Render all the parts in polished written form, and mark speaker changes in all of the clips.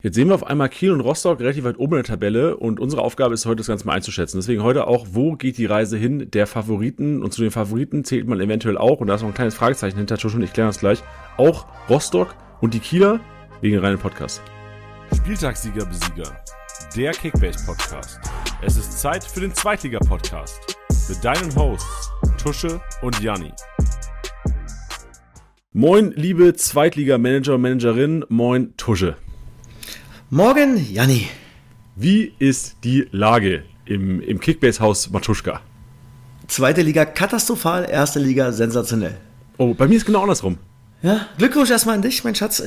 Speaker 1: Jetzt sehen wir auf einmal Kiel und Rostock relativ weit oben in der Tabelle und unsere Aufgabe ist heute, das Ganze mal einzuschätzen. Deswegen heute auch, wo geht die Reise hin der Favoriten? Und zu den Favoriten zählt man eventuell auch, und da ist noch ein kleines Fragezeichen hinter, schon, ich kläre das gleich, auch Rostock und die Kieler wegen reinen Podcast.
Speaker 2: Spieltagssieger-Besieger, der Kickbase-Podcast. Es ist Zeit für den Zweitliga-Podcast mit deinen Hosts Tusche und Janni.
Speaker 1: Moin, liebe Zweitliga-Manager und Managerinnen, moin Tusche.
Speaker 3: Morgen, Janni.
Speaker 1: Wie ist die Lage im Kickbase-Haus Matuschka?
Speaker 3: Zweite Liga katastrophal, erste Liga sensationell.
Speaker 1: Oh, bei mir ist genau andersrum.
Speaker 3: Ja, Glückwunsch erstmal an dich, mein Schatz.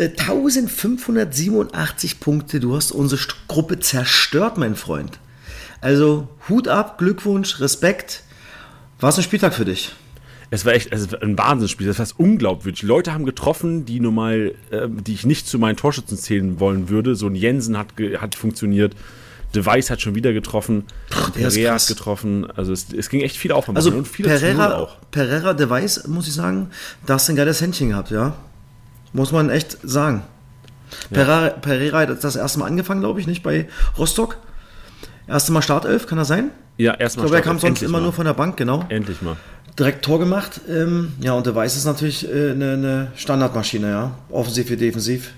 Speaker 3: 1587 Punkte, du hast unsere Gruppe zerstört, mein Freund. Also Hut ab, Glückwunsch, Respekt. War es ein Spieltag für dich?
Speaker 1: Es war echt ein Wahnsinnsspiel, das war fast unglaubwürdig. Leute haben getroffen, die normal, die ich nicht zu meinen Torschützen zählen wollen würde. So ein Jensen hat funktioniert, De Wijs hat schon wieder getroffen, Pereira hat getroffen. Also es ging echt viel auf.
Speaker 3: Also
Speaker 1: und viele
Speaker 3: Pereira, De Wijs, muss ich sagen, da hast du ein geiles Händchen gehabt, ja. Muss man echt sagen. Ja. Pereira hat das erste Mal angefangen, glaube ich, nicht bei Rostock. Erste Mal Startelf, kann das sein?
Speaker 1: Ja, erstmal.
Speaker 3: Ich glaube, er kam sonst immer nur von der Bank, genau.
Speaker 1: Endlich mal.
Speaker 3: Direkt Tor gemacht. Ja, und der Weiß ist natürlich eine Standardmaschine, ja. Offensiv wie defensiv.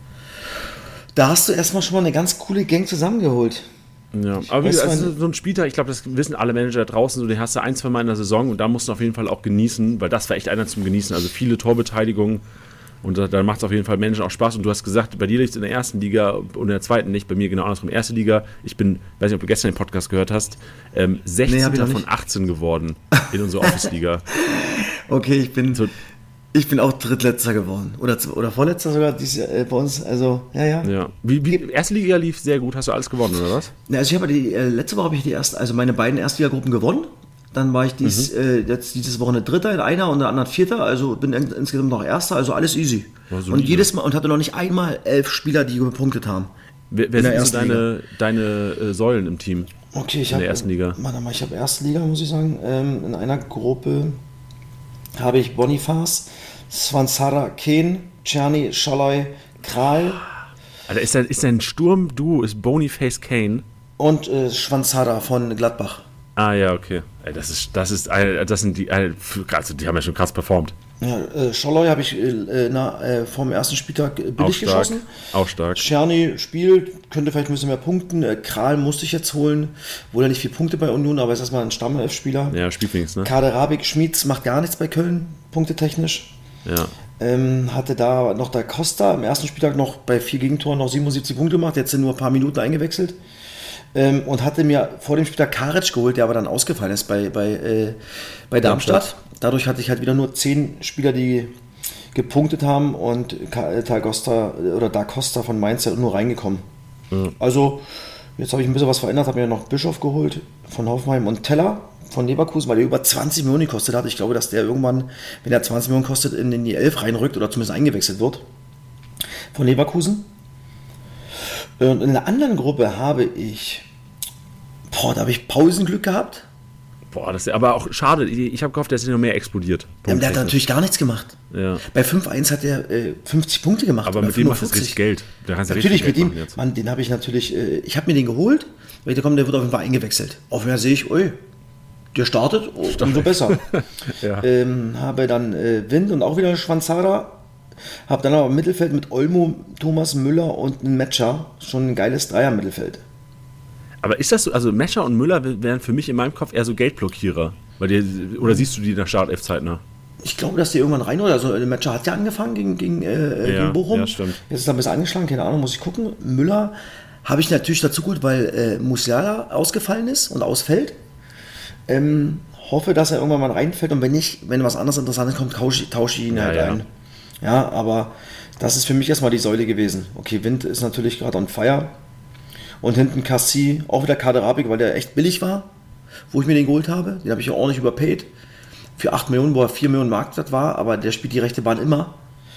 Speaker 3: Da hast du erstmal schon mal eine ganz coole Gang zusammengeholt.
Speaker 1: Ja, aber so ein Spieltag, ich glaube, das wissen alle Manager da draußen, so, den hast du 1-2 Mal in der Saison und da musst du auf jeden Fall auch genießen, weil das war echt einer zum Genießen. Also viele Torbeteiligungen und da macht es auf jeden Fall Managern auch Spaß. Und du hast gesagt, bei dir liegt es in der ersten Liga und in der zweiten nicht, bei mir genau andersrum. Erste Liga, ich bin, weiß nicht, ob du gestern den Podcast gehört hast, 16. von 18 geworden in unserer Office-Liga.
Speaker 3: Okay, ich bin auch Drittletzter geworden. Oder Vorletzter sogar bei uns. Also, ja.
Speaker 1: Wie erste Liga lief sehr gut. Hast du alles gewonnen, oder was?
Speaker 3: Na, also letzte Woche habe ich meine beiden Erstliga-Gruppen gewonnen. Dann war ich jetzt dieses Wochenende Dritter in einer und in der anderen Vierter. Also bin insgesamt noch Erster. Also alles easy. Und jedes Mal, und hatte noch nicht einmal 11 Spieler, die gepunktet haben.
Speaker 1: Wer sind so deine Säulen im Team?
Speaker 3: Okay,
Speaker 1: in der ersten Liga.
Speaker 3: Warte mal, ich habe erste Liga, muss ich sagen. In einer Gruppe habe ich Boniface, Swansara, Kehn, Czerny, Scholloy, Kral.
Speaker 1: Alter, ist dein Sturm-Duo ist Boniface, Kane?
Speaker 3: Und Schwanzara von Gladbach.
Speaker 1: Ah ja, okay. Das sind die, also die haben ja schon krass performt.
Speaker 3: Ja, Scholloy habe ich vom ersten Spieltag billig geschossen.
Speaker 1: Auch stark.
Speaker 3: Czerny spielt, könnte vielleicht ein bisschen mehr punkten. Kral musste ich jetzt holen. Wohl ja nicht viel Punkte bei Union, aber ist erstmal ein Stammelf-Spieler.
Speaker 1: Ja, spielt wenigstens, ne?
Speaker 3: Kaderabik, Schmieds macht gar nichts bei Köln, punktetechnisch.
Speaker 1: Ja.
Speaker 3: Hatte da noch der Costa im ersten Spieltag noch bei 4 Gegentoren noch 77 Punkte gemacht, jetzt sind nur ein paar Minuten eingewechselt. Und hatte mir vor dem Spieltag Karic geholt, der aber dann ausgefallen ist bei Darmstadt. Dadurch hatte ich halt wieder nur 10 Spieler, die gepunktet haben und Da Costa von Mainz ja nur reingekommen. Ja. Also jetzt habe ich ein bisschen was verändert, habe mir noch Bischof geholt von Hoffenheim und Teller von Leverkusen, weil der über 20 Millionen gekostet hat. Ich glaube, dass der irgendwann, wenn er 20 Millionen kostet, in die 11 reinrückt oder zumindest eingewechselt wird. Von Leverkusen. Und in der anderen Gruppe habe ich Pausenglück gehabt.
Speaker 1: Boah, das ist aber auch schade. Ich habe gehofft, der ist noch mehr explodiert.
Speaker 3: Ja, der hat natürlich gar nichts gemacht.
Speaker 1: Ja.
Speaker 3: Bei 5-1 hat er 50 Punkte gemacht.
Speaker 1: Aber mit dem macht das richtig Geld.
Speaker 3: Natürlich mit ihm. Mann, den habe ich natürlich. Ich habe mir den geholt, weil ich dachte, der wird auf jeden Fall eingewechselt. Auf einmal sehe ich, der startet, umso besser. Ja. Habe dann Wind und auch wieder Schwanzara. Habe dann aber im Mittelfeld mit Olmo, Thomas Müller und einen Metscher schon ein geiles Dreier-Mittelfeld.
Speaker 1: Aber ist das so, also Metscher und Müller wären für mich in meinem Kopf eher so Geldblockierer? Oder siehst du die nach Startelf-Zeit nach?
Speaker 3: Ich glaube, dass die irgendwann rein, oder? Also der Metscher hat ja angefangen gegen Bochum.
Speaker 1: Ja, stimmt.
Speaker 3: Jetzt ist er ein bisschen angeschlagen, keine Ahnung, muss ich gucken. Müller habe ich natürlich dazu geholt, weil Musiala ausgefallen ist und ausfällt. Hoffe, dass er irgendwann mal reinfällt und wenn was anderes Interessantes kommt, tausche ich ihn ein. Ja, aber das ist für mich erstmal die Säule gewesen. Okay, Wind ist natürlich gerade on fire. Und hinten Cassie, auch wieder Kaderabik, weil der echt billig war, wo ich mir den geholt habe. Den habe ich ja ordentlich überpaid. Für 8 Millionen, wo er 4 Millionen Marktwert war, aber der spielt die rechte Bahn immer.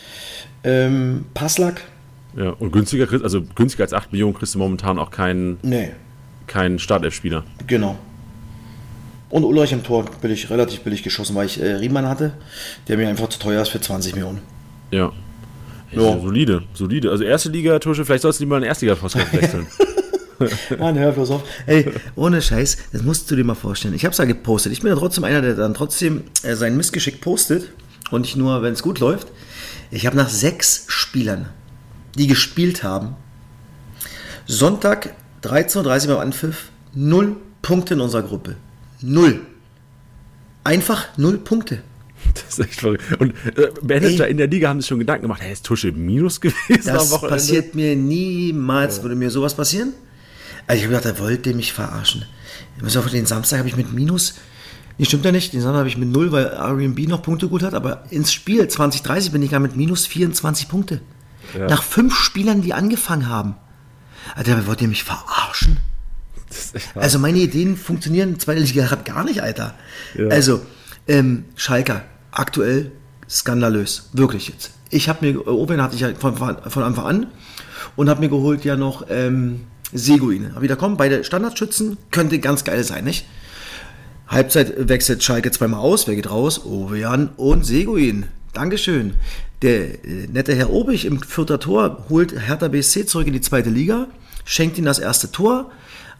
Speaker 3: Passlack.
Speaker 1: Ja, und günstiger als 8 Millionen kriegst du momentan auch keinen Startelf-Spieler.
Speaker 3: Genau. Und Ulreich im Tor relativ billig geschossen, weil ich Riemann hatte, der mir einfach zu teuer ist für 20 Millionen.
Speaker 1: Ja. Ja. Solide. Also erste Liga, Tusche, vielleicht sollst du lieber in den Erstliga-Podcast wechseln.
Speaker 3: Mann, hör bloß auf. Ey, ohne Scheiß, das musst du dir mal vorstellen. Ich hab's ja gepostet. Ich bin ja trotzdem einer, der dann trotzdem sein Missgeschick postet und nicht nur, wenn es gut läuft. Ich habe nach 6 Spielern, die gespielt haben, Sonntag 13:30 Uhr beim Anpfiff, 0 Punkte in unserer Gruppe. 0. Einfach 0 Punkte.
Speaker 1: Das ist echt verrückt. Und Manager in der Liga haben sich schon Gedanken gemacht, hey, ist Tusche im Minus gewesen
Speaker 3: am Wochenende? Das passiert mir niemals, würde mir sowas passieren. Also ich habe gedacht, er wollte mich verarschen. Den Samstag habe ich mit Minus, nee, stimmt ja nicht, den Samstag habe ich mit 0, weil Airbnb noch Punkte gut hat, aber ins Spiel 2030 bin ich gar mit minus 24 Punkte. Ja. Nach 5 Spielern, die angefangen haben. Alter, wollt ihr mich verarschen? Also meine Ideen funktionieren in der zweiten Liga gerade gar nicht, Alter. Ja. Also, Schalker, aktuell skandalös. Wirklich jetzt. Ich habe mir, Open hatte ich ja von Anfang an und habe mir geholt ja noch Seguin. Aber wieder kommen, beide Standardschützen, könnte ganz geil sein, nicht? Halbzeit wechselt Schalke zweimal aus, wer geht raus? Ovejan und Seguin. Dankeschön. Der nette Herr Obig im 4. Tor holt Hertha BSC zurück in die 2. Liga, schenkt ihm das erste Tor.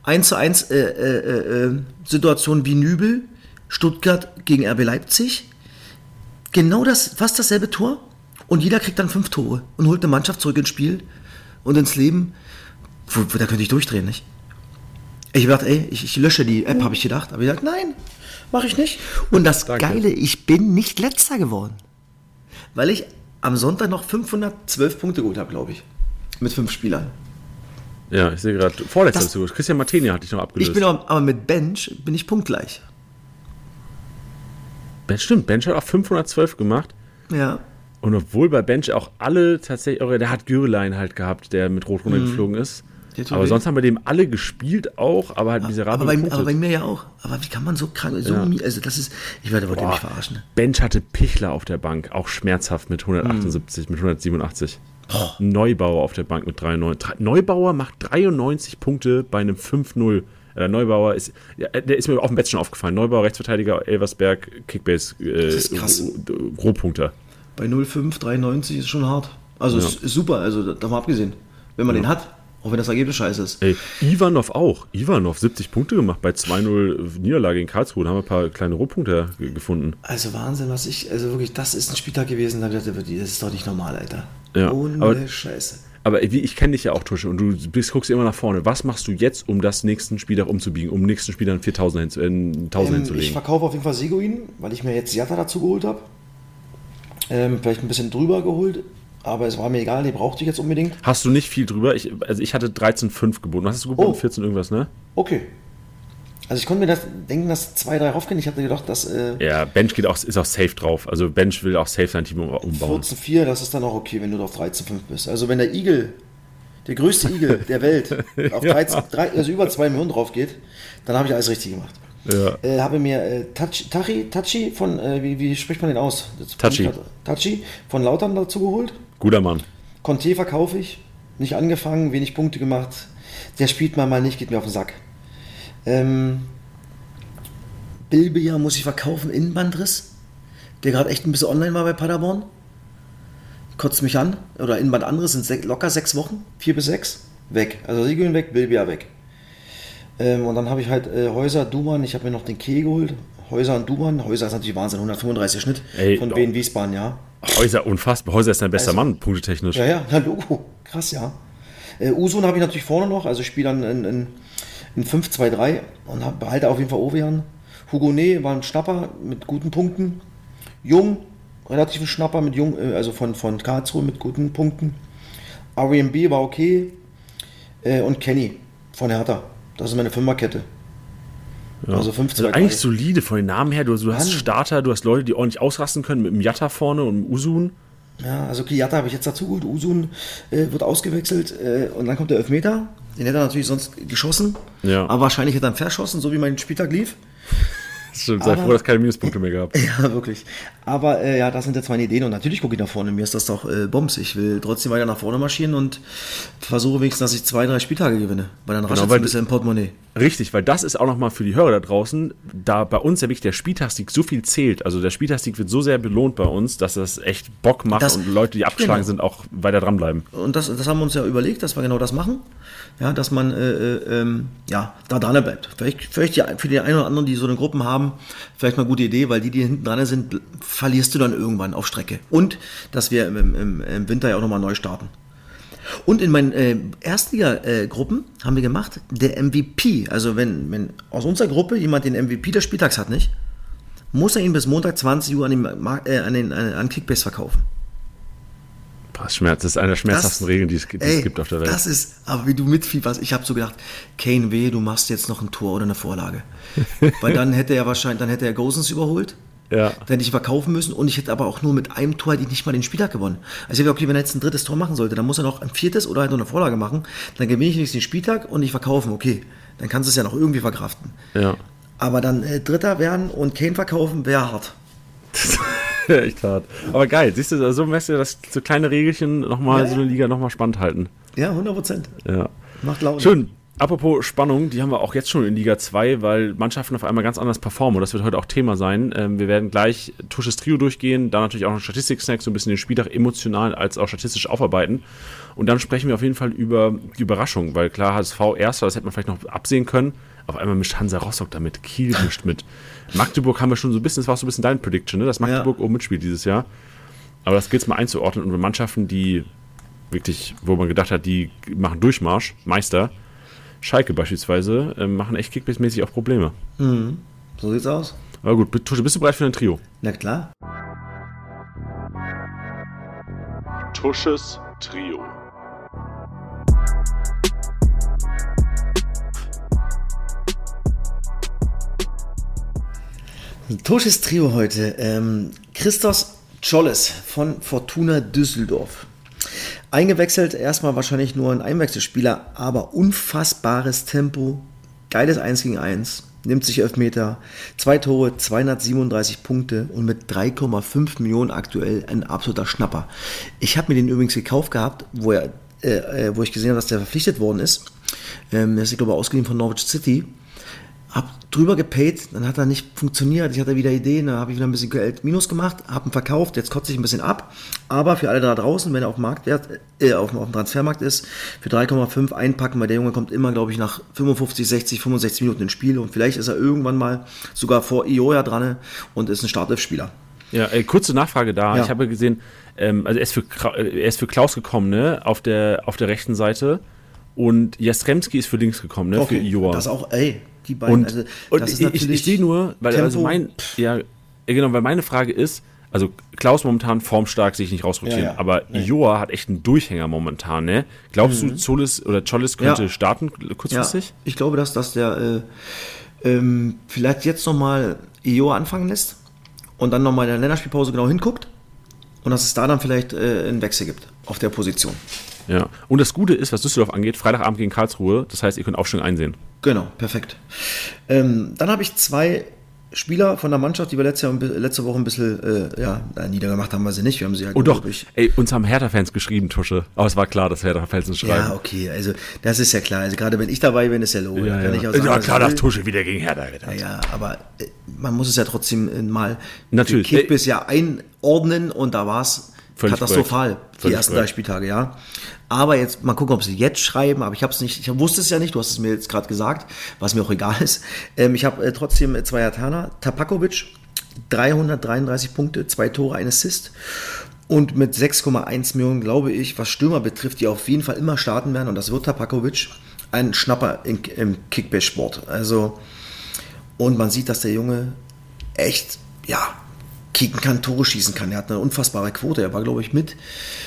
Speaker 3: 1:1 Situation wie Nübel, Stuttgart gegen RB Leipzig. Genau fast dasselbe Tor. Und jeder kriegt dann 5 Tore und holt eine Mannschaft zurück ins Spiel und ins Leben. Da könnte ich durchdrehen, nicht? Ich dachte, ich lösche die App, habe ich gedacht. Aber ich dachte, nein, mache ich nicht. Und das Geile, ich bin nicht Letzter geworden. Weil ich am Sonntag noch 512 Punkte geholt habe, glaube ich. Mit 5 Spielern.
Speaker 1: Ja, ich sehe gerade, vorletzter dazu. Christian Martini hatte ich noch abgelöst.
Speaker 3: Ich bin aber mit Bench bin ich punktgleich.
Speaker 1: Stimmt, Bench hat auch 512 gemacht.
Speaker 3: Ja.
Speaker 1: Und obwohl bei Bench auch alle tatsächlich, der hat Gürlein halt gehabt, der mit Rot runtergeflogen ist. Aber sonst haben bei dem alle gespielt auch, aber halt miserabel gepunktet.
Speaker 3: Aber bei mir ja auch. Aber wie kann man so krank, also das ist, ich wollte mich verarschen.
Speaker 1: Bench hatte Pichler auf der Bank, auch schmerzhaft mit 178, mit 187. Neubauer auf der Bank mit 93. Neubauer macht 93 Punkte bei einem 5-0. Neubauer ist, der ist mir auf dem Bett schon aufgefallen. Neubauer, Rechtsverteidiger, Elversberg, Kickbase, Rohpunkter.
Speaker 3: Bei 0,5, 93 ist schon hart. Also ist super, also davon abgesehen. Wenn man den hat, auch wenn das Ergebnis scheiße ist.
Speaker 1: Ey, Ivanov auch. Ivanov 70 Punkte gemacht bei 2-0 Niederlage in Karlsruhe. Da haben wir ein paar kleine Rohpunkte gefunden.
Speaker 3: Also Wahnsinn, also wirklich, das ist ein Spieltag gewesen, da dachte ich, das ist doch nicht normal, Alter.
Speaker 1: Ja,
Speaker 3: ohne Scheiße.
Speaker 1: Aber ich kenne dich ja auch, Tusche, und du guckst immer nach vorne. Was machst du jetzt, um das nächsten Spieltag umzubiegen, um nächsten Spielern 4.000 hinzulegen?
Speaker 3: Ich verkaufe auf jeden Fall Seguin, weil ich mir jetzt Jatta dazu geholt habe. Vielleicht ein bisschen drüber geholt, aber es war mir egal, die brauchte ich jetzt unbedingt.
Speaker 1: Hast du nicht viel drüber? Ich hatte 13,5 geboten. Was hast du geboten? 14 irgendwas, ne?
Speaker 3: Okay. Also ich konnte mir denken, dass 2, 3 raufgehen. Ich hatte gedacht, dass...
Speaker 1: ja, Bench ist auch safe drauf. Also Bench will auch safe sein Team umbauen.
Speaker 3: 14,4, das ist dann auch okay, wenn du auf 13,5 bist. Also wenn der Igel, der größte Igel der Welt, auf 13, also über 2 Millionen drauf geht, dann habe ich alles richtig gemacht. Ja. Habe mir Tachi von, wie spricht man den aus? Tachi von Lautern dazu geholt.
Speaker 1: Guter Mann.
Speaker 3: Conte verkaufe ich. Nicht angefangen, wenig Punkte gemacht. Der spielt mal nicht, geht mir auf den Sack. Bilbia muss ich verkaufen, Innenbandriss, der gerade echt ein bisschen online war bei Paderborn. Kotzt mich an. Oder Innenbandanriss sind locker 6 Wochen, 4 bis 6, weg. Also Seguin weg, Bilbia weg. Und dann habe ich halt Häuser, Duman, ich habe mir noch den Keh geholt. Häuser und Duman. Häuser ist natürlich Wahnsinn, 135 Schnitt von Wien Wiesbaden, ja.
Speaker 1: Häuser, unfassbar. Häuser ist dein bester Mann, punktetechnisch.
Speaker 3: Ja, Logo. Krass, ja. Usun habe ich natürlich vorne noch, also ich spiele dann in 5-2-3 und behalte auf jeden Fall Ovejan. Hugonet war ein Schnapper mit guten Punkten. Jung, relativ ein Schnapper mit Jung, also von Karlsruhe mit guten Punkten. Airbnb war okay. Und Kenny von Hertha. Das ist meine 5er-Kette.
Speaker 1: Ja. Also 5-2-3. Also eigentlich solide von den Namen her. Du hast Starter, du hast Leute, die ordentlich ausrasten können mit dem Jatta vorne und dem Usun.
Speaker 3: Ja, also okay, Jatta habe ich jetzt dazu geholt. Usun wird ausgewechselt und dann kommt der Elfmeter. Den hätte er natürlich sonst geschossen. Ja. Aber wahrscheinlich hätte er ihn verschossen, so wie mein Spieltag lief.
Speaker 1: Stimmt, sei froh, dass keine Minuspunkte mehr gehabt.
Speaker 3: Ja, wirklich. Aber ja, das sind jetzt meine Ideen und natürlich gucke ich nach vorne. Mir ist das doch Bombs. Ich will trotzdem weiter nach vorne marschieren und versuche wenigstens, dass ich 2-3 Spieltage gewinne. Weil dann raschelt es ein bisschen im Portemonnaie.
Speaker 1: Richtig, weil das ist auch nochmal für die Hörer da draußen, da bei uns ja wirklich der Spieltagssieg so viel zählt. Also der Spieltagssieg wird so sehr belohnt bei uns, dass das echt Bock macht und Leute, die abgeschlagen sind, auch weiter dranbleiben.
Speaker 3: Und das haben wir uns ja überlegt, dass wir genau das machen. Ja, dass man da dran bleibt. Vielleicht für die einen oder anderen, die so eine Gruppen haben, vielleicht mal eine gute Idee, weil die hinten dran sind, verlierst du dann irgendwann auf Strecke. Und dass wir im Winter ja auch nochmal neu starten. Und in meinen Erstliga-Gruppen haben wir gemacht, der MVP, also wenn aus unserer Gruppe jemand den MVP des Spieltags hat, nicht, muss er ihn bis Montag 20 Uhr an Kickbase verkaufen.
Speaker 1: Das ist eine der schmerzhaftesten Regeln, die es gibt auf der Welt.
Speaker 3: Das ist, aber wie du mitfieberst, ich habe so gedacht, Kane, du machst jetzt noch ein Tor oder eine Vorlage. Weil dann hätte er Gosens überholt. Ja. Dann hätte ich verkaufen müssen und ich hätte aber auch nur mit einem Tor hätte ich nicht mal den Spieltag gewonnen. Also ich habe okay, wenn er jetzt ein drittes Tor machen sollte, dann muss er noch ein viertes oder halt noch eine Vorlage machen, dann gewinne ich wenigstens den Spieltag und ich verkaufen, okay. Dann kannst du es ja noch irgendwie verkraften. Ja. Aber dann Dritter werden und Kane verkaufen, wäre hart.
Speaker 1: Echt hart. Aber geil, siehst du, so merkst du, dass so kleine Regelchen nochmal so eine Liga nochmal spannend halten.
Speaker 3: Ja, 100%.
Speaker 1: Ja.
Speaker 3: Macht Laune.
Speaker 1: Schön. Apropos Spannung, die haben wir auch jetzt schon in Liga 2, weil Mannschaften auf einmal ganz anders performen und das wird heute auch Thema sein. Wir werden gleich Tusches Trio durchgehen, dann natürlich auch noch Statistik-Snack, so ein bisschen den Spieltag emotional als auch statistisch aufarbeiten und dann sprechen wir auf jeden Fall über die Überraschung, weil klar HSV Erster, das hätte man vielleicht noch absehen können, auf einmal mischt Hansa Rostock damit, Kiel mischt mit. Magdeburg haben wir schon so ein bisschen, das war auch so ein bisschen deine Prediction, ne? Dass Magdeburg oben mitspielt dieses Jahr, aber das gilt es mal einzuordnen und Mannschaften, die wirklich, wo man gedacht hat, die machen Durchmarsch, Meister, Schalke beispielsweise, machen echt Kickbase-mäßig auch Probleme.
Speaker 3: Mhm. So sieht's aus.
Speaker 1: Aber gut, Tusche, bist du bereit für ein Trio?
Speaker 3: Na klar.
Speaker 2: Tusches Trio.
Speaker 3: Tusches Trio heute. Christos Tscholles von Fortuna Düsseldorf. Eingewechselt, erstmal wahrscheinlich nur ein Einwechselspieler, aber unfassbares Tempo, geiles 1 gegen 1, nimmt sich Elfmeter, 2 Tore, 237 Punkte und mit 3,5 Millionen aktuell ein absoluter Schnapper. Ich habe mir den übrigens gekauft gehabt, wo ich gesehen habe, dass der verpflichtet worden ist. Der ist, glaube ich, ausgeliehen von Norwich City. Hab drüber gepaid, dann hat er nicht funktioniert, ich hatte wieder Ideen, dann habe ich wieder ein bisschen Geld minus gemacht, habe ihn verkauft, jetzt kotze ich ein bisschen ab, aber für alle da draußen, wenn er auf dem Marktwert, auf dem Transfermarkt ist, für 3,5 einpacken, weil der Junge kommt immer, glaube ich, nach 55, 60, 65 Minuten ins Spiel und vielleicht ist er irgendwann mal sogar vor Ioja dran und ist ein Startelf-Spieler.
Speaker 1: Ja, kurze Nachfrage da, ich habe gesehen, also er ist für Klaus gekommen, ne, auf der rechten Seite und Jastrzemski ist für links gekommen, ne,
Speaker 3: okay,
Speaker 1: für Ioja.
Speaker 3: Das auch, die beiden,
Speaker 1: und das ist natürlich ich sehe nur, weil Tempo, weil meine Frage ist, also Klaus momentan formstark, sehe ich nicht rausrotieren, aber Ioa hat echt einen Durchhänger momentan, ne? Glaubst du, Tscholles könnte starten kurzfristig?
Speaker 3: Ja, ich glaube, dass der vielleicht jetzt nochmal Ioa anfangen lässt und dann nochmal in der Länderspielpause genau hinguckt und dass es da dann vielleicht einen Wechsel gibt auf der Position.
Speaker 1: Ja, und das Gute ist, was Düsseldorf angeht, Freitagabend gegen Karlsruhe, das heißt, ihr könnt Aufstellung einsehen.
Speaker 3: Genau, perfekt. Dann habe ich 2 Spieler von der Mannschaft, die wir letzte Woche ein bisschen niedergemacht haben, wir sie nicht. Wir haben sie ja
Speaker 1: uns haben Hertha-Fans geschrieben, Tusche. Aber es war klar, dass Hertha-Fans uns schreiben.
Speaker 3: Ja, okay, also das ist ja klar. Also gerade wenn ich dabei bin, ist ja logisch.
Speaker 1: Ja, klar, dass Tusche wieder gegen Hertha gedacht.
Speaker 3: Ja, aber man muss es ja trotzdem mal
Speaker 1: natürlich
Speaker 3: Kickbase ja einordnen und da war es katastrophal, die ersten 3 Spieltage, ja. Aber jetzt mal gucken, ob sie jetzt schreiben, aber ich wusste es ja nicht, du hast es mir jetzt gerade gesagt, was mir auch egal ist. Ich habe trotzdem 2 Japaner, Tabakovic, 333 Punkte, 2 Tore, 1 Assist und mit 6,1 Millionen, glaube ich, was Stürmer betrifft, die auf jeden Fall immer starten werden und das wird Tabakovic, ein Schnapper im Kickbase-Sport. Also, und man sieht, dass der Junge echt, kicken kann, Tore schießen kann. Er hat eine unfassbare Quote. Er war, glaube ich, mit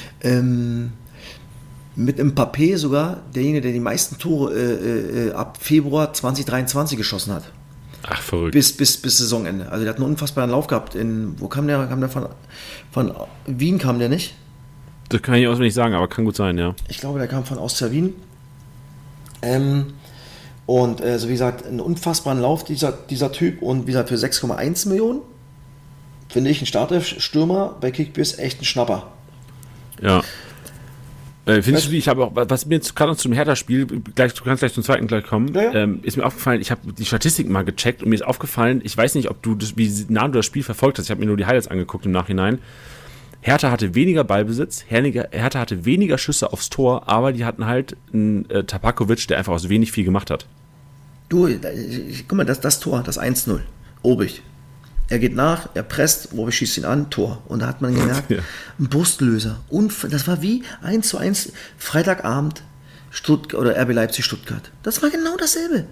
Speaker 3: Mbappé sogar derjenige, der die meisten Tore ab Februar 2023 geschossen hat.
Speaker 1: Ach, verrückt.
Speaker 3: Bis Saisonende. Also der hat einen unfassbaren Lauf gehabt. Wo kam der? Kam der von Wien kam der nicht?
Speaker 1: Das kann ich auswendig sagen, aber kann gut sein, ja.
Speaker 3: Ich glaube, der kam von Austria Wien. Und also wie gesagt, einen unfassbaren Lauf dieser Typ und wie gesagt für 6,1 Millionen finde ich ein Startelf-Stürmer bei Kickbase echt ein Schnapper.
Speaker 1: Ja. Findest du die, ich habe auch, was mir jetzt gerade noch zum Hertha-Spiel, du kannst gleich zum zweiten gleich kommen, ist mir aufgefallen, ich habe die Statistiken mal gecheckt und mir ist aufgefallen, ich weiß nicht, ob du wie nah du das Spiel verfolgt hast, ich habe mir nur die Highlights angeguckt im Nachhinein. Hertha hatte weniger Ballbesitz, Hertha hatte weniger Schüsse aufs Tor, aber die hatten halt einen Tabakovic, der einfach aus wenig viel gemacht hat.
Speaker 3: Du, guck mal, das Tor, das 1-0, Obig. Er geht nach, er presst, Obig schießt ihn an, Tor. Und da hat man gemerkt, ein Brustlöser. Und das war wie 1:1 Freitagabend oder RB Leipzig-Stuttgart. Das war genau dasselbe.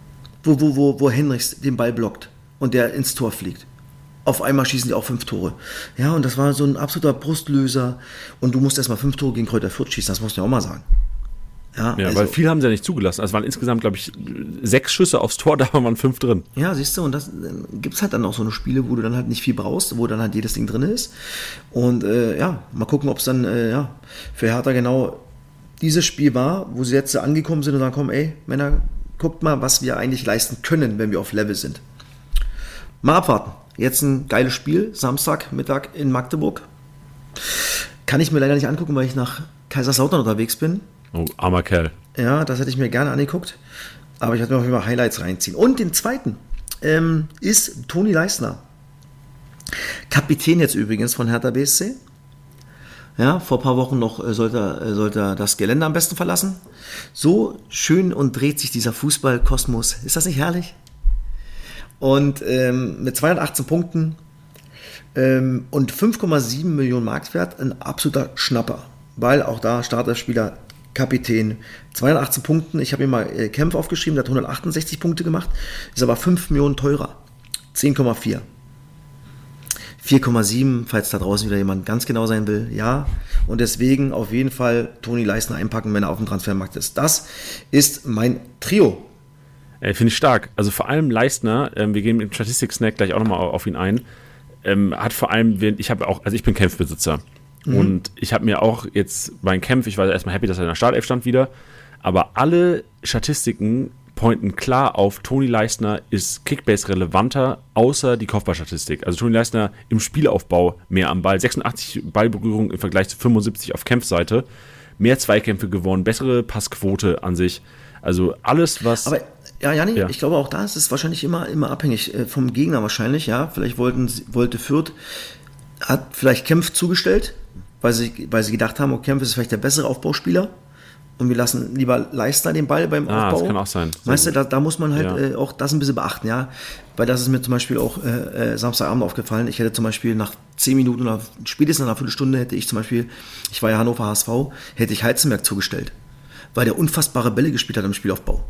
Speaker 3: Wo Henrichs den Ball blockt und der ins Tor fliegt. Auf einmal schießen die auch 5 Tore. Ja, und das war so ein absoluter Brustlöser. Und du musst erstmal 5 Tore gegen Kräuter Fürth schießen, das musst du ja auch mal sagen.
Speaker 1: Ja, also, weil viel haben sie ja nicht zugelassen. Also waren insgesamt, glaube ich, 6 Schüsse aufs Tor, da waren 5 drin.
Speaker 3: Ja, siehst du, und das gibt es halt dann auch so eine Spiele, wo du dann halt nicht viel brauchst, wo dann halt jedes Ding drin ist. Und mal gucken, ob es dann für Hertha genau dieses Spiel war, wo sie jetzt angekommen sind und sagen, komm, ey, Männer, guckt mal, was wir eigentlich leisten können, wenn wir auf Level sind. Mal abwarten. Jetzt ein geiles Spiel, Samstagmittag in Magdeburg. Kann ich mir leider nicht angucken, weil ich nach Kaiserslautern unterwegs bin.
Speaker 1: Oh, armer Kerl.
Speaker 3: Ja, das hätte ich mir gerne angeguckt. Aber ich werde mir auf jeden Fall Highlights reinziehen. Und den zweiten ist Toni Leistner. Kapitän jetzt übrigens von Hertha BSC. Ja, vor ein paar Wochen noch sollte er das Gelände am besten verlassen. So schön und dreht sich dieser Fußballkosmos. Ist das nicht herrlich? Und mit 218 Punkten und 5,7 Millionen Marktwert ein absoluter Schnapper. Weil auch da Starterspieler, Kapitän, 218 Punkten. Ich habe mir mal Kempf aufgeschrieben, der hat 168 Punkte gemacht, ist aber 5 Millionen teurer. 10,4. 4,7, falls da draußen wieder jemand ganz genau sein will, ja. Und deswegen auf jeden Fall Toni Leistner einpacken, wenn er auf dem Transfermarkt ist. Das ist mein Trio.
Speaker 1: Finde ich stark. Also vor allem Leistner, wir gehen mit dem Statistik-Snack gleich auch nochmal auf ihn ein, hat vor allem, ich bin Kempf-Besitzer. Und ich habe mir auch jetzt mein Kempf, ich war erstmal happy, dass er in der Startelf stand wieder, aber alle Statistiken pointen klar auf, Toni Leistner ist Kickbase relevanter, außer die Kopfballstatistik. Also Toni Leistner im Spielaufbau mehr am Ball, 86 Ballberührungen im Vergleich zu 75 auf Kempfseite, mehr Zweikämpfe gewonnen, bessere Passquote an sich, also alles, was...
Speaker 3: Aber ja, Janni, ich glaube auch da ist es wahrscheinlich immer abhängig vom Gegner wahrscheinlich, ja, vielleicht wollte Fürth, hat vielleicht Kempf zugestellt, weil sie gedacht haben, Kempf ist vielleicht der bessere Aufbauspieler und wir lassen lieber Leistner den Ball beim Aufbau.
Speaker 1: Das kann auch sein.
Speaker 3: Weißt du, da muss man halt auch das ein bisschen beachten, ja, weil das ist mir zum Beispiel auch Samstagabend aufgefallen. Ich hätte zum Beispiel nach 10 Minuten oder spätestens nach einer Viertelstunde hätte ich zum Beispiel, ich war ja Hannover HSV, hätte ich Heizenberg zugestellt, weil der unfassbare Bälle gespielt hat im Spielaufbau.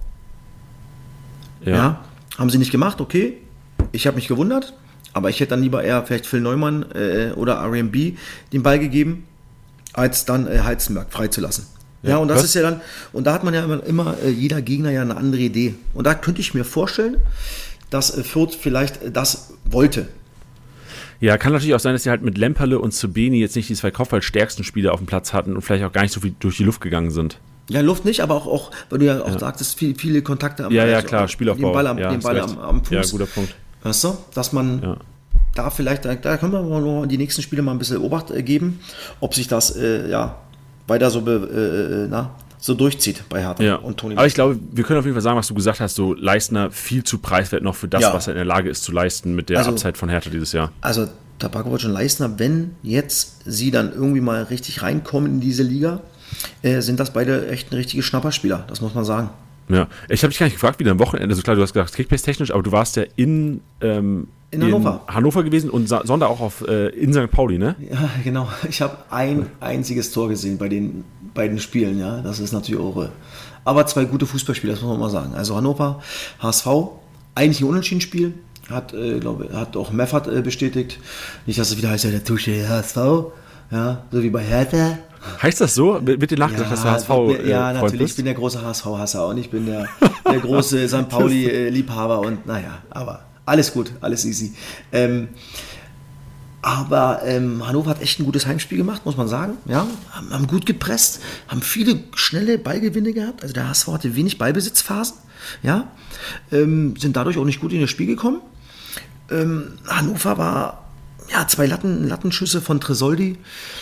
Speaker 3: Ja, haben sie nicht gemacht, okay, ich habe mich gewundert, aber ich hätte dann lieber eher vielleicht Phil Neumann oder RMB den Ball gegeben, als dann Heizenberg freizulassen. Ja, und das ist ja dann, und da hat man ja immer jeder Gegner ja eine andere Idee. Und da könnte ich mir vorstellen, dass Fürth vielleicht das wollte.
Speaker 1: Ja, kann natürlich auch sein, dass sie halt mit Lemperle und Zubeni jetzt nicht die 2 Kopfballstärksten Spieler auf dem Platz hatten und vielleicht auch gar nicht so viel durch die Luft gegangen sind.
Speaker 3: Ja, Luft nicht, aber auch weil du ja auch sagtest, viele Kontakte am
Speaker 1: klar, Spielaufbau.
Speaker 3: Den Ball am Fuß.
Speaker 1: Ja, guter Punkt.
Speaker 3: Weißt du, dass man da vielleicht, da können wir noch die nächsten Spiele mal ein bisschen Obacht geben, ob sich das weiter so durchzieht bei Hertha und Toni.
Speaker 1: Aber ich glaube, wir können auf jeden Fall sagen, was du gesagt hast, so Leistner viel zu preiswert noch für das, was er in der Lage ist zu leisten mit der Abzeit von Hertha dieses Jahr.
Speaker 3: Also Tabakovic und Leistner, wenn jetzt sie dann irgendwie mal richtig reinkommen in diese Liga, sind das beide echt ein richtige Schnapperspieler, das muss man sagen.
Speaker 1: Ja, ich habe dich gar nicht gefragt, wie dein Wochenende, also klar, du hast gesagt, Kickbase-technisch, aber du warst ja in Hannover gewesen und Sonntag auch in St. Pauli, ne?
Speaker 3: Ja, genau. Ich habe ein einziges Tor gesehen bei den beiden Spielen, ja, das ist natürlich auch aber 2 gute Fußballspieler, das muss man mal sagen. Also Hannover, HSV, eigentlich ein Unentschieden-Spiel, hat auch Meffert bestätigt, nicht, dass es wieder heißt, ja, der Tusche HSV, ja, so wie bei Hertha.
Speaker 1: Heißt das so? Wird dir nachgesagt, dass du HSV
Speaker 3: ja, natürlich.
Speaker 1: bist?
Speaker 3: Ich bin der große HSV-Hasser und ich bin der große St. Pauli-Liebhaber und naja, aber alles gut, alles easy. Aber Hannover hat echt ein gutes Heimspiel gemacht, muss man sagen. Ja, haben gut gepresst, haben viele schnelle Ballgewinne gehabt. Also der HSV hatte wenig Ballbesitzphasen. Ja, sind dadurch auch nicht gut in das Spiel gekommen. Hannover war 2 Lattenschüsse von Tresoldi.